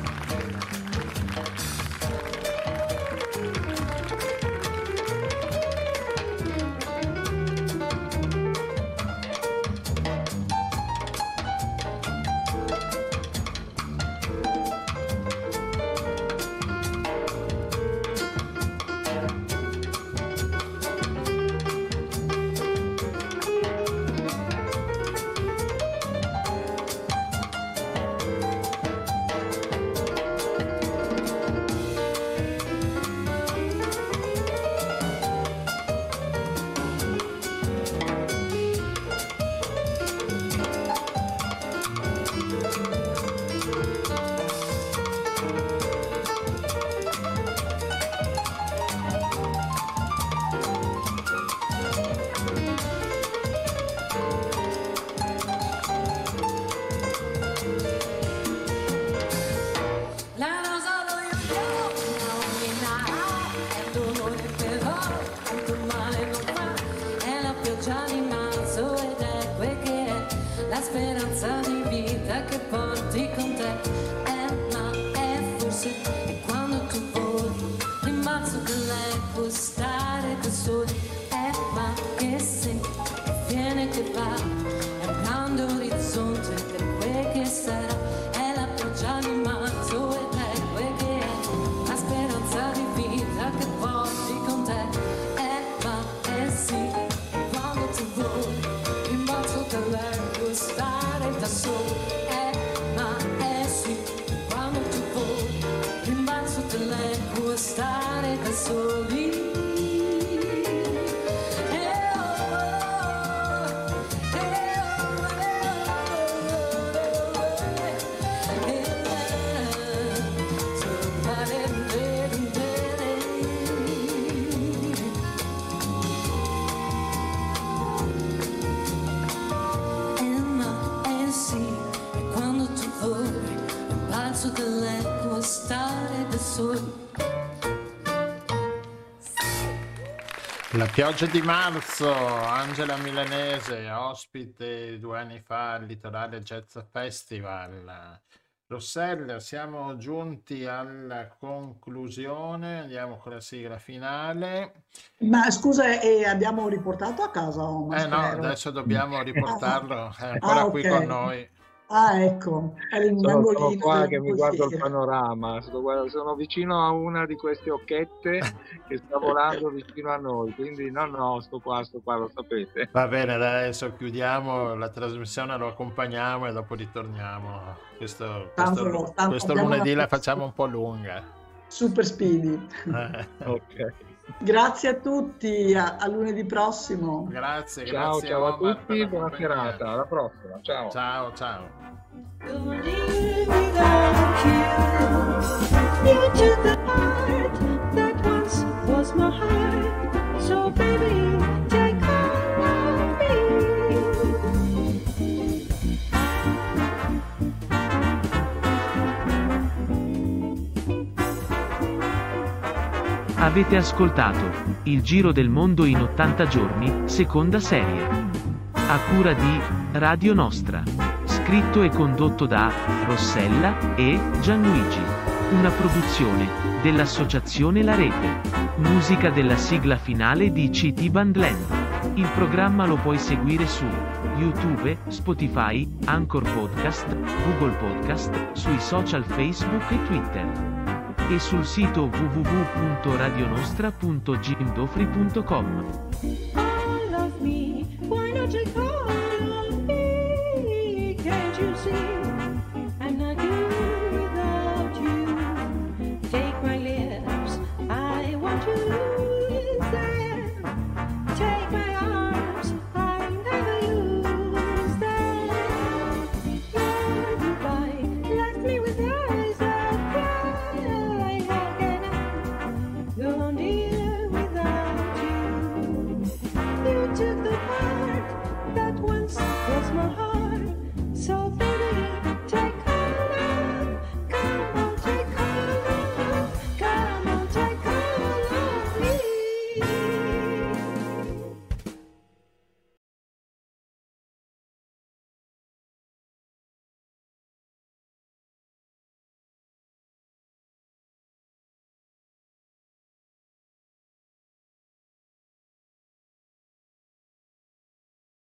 La rosa lo io, non mi narra, è dolore però, tanto male non fa, è la pioggia di marzo ed è quel che è, la speranza di vita che porti con te, ma è forse è quando tu voli, rimbalzo che lei può stare da soli, ma che se viene che va, è un grande orizzonte per quel che sarà, è la pioggia di marzo ed è quel che è, la speranza di vita che porti con te, ma è sì, quando tu voli, rimbalzo che lei può stare da soli, ma è sì, quando tu voli, rimbalzo che lei può stare da soli. La pioggia di marzo, Angela Milanese, ospite 2 anni fa al Litorale Jazz Festival. Rossella, siamo giunti alla conclusione, andiamo con la sigla finale. Ma scusa, abbiamo riportato a casa Omar? No, adesso dobbiamo riportarlo, è ancora qui con noi. Ah, ecco, sono qua che mi guardo il panorama, sono vicino a una di queste occhette che sta volando vicino a noi, quindi no, sto qua, lo sapete. Va bene, adesso chiudiamo la trasmissione, lo accompagniamo e dopo ritorniamo. Questo lunedì la facciamo un po' lunga. Super speedy. Ok. Grazie a tutti, a lunedì prossimo. Grazie, ciao grazie a tutti, buona serata, alla prossima, ciao. Ciao. Avete ascoltato Il Giro del Mondo in 80 giorni, seconda serie. A cura di Radio Nostra. Scritto e condotto da Rossella e Gianluigi. Una produzione dell'associazione La Rete. Musica della sigla finale di CT Bandland. Il programma lo puoi seguire su YouTube, Spotify, Anchor Podcast, Google Podcast, sui social Facebook e Twitter. E sul sito www.radionostra.gindofri.com. All of me, why not take all of me? Can't you see? I'm not good without you. Take my lips, I want to lose them. Take my arms, I never lose them. Your goodbye left me with eyes that cry. How can I go on here without you? You took the part that once was my heart.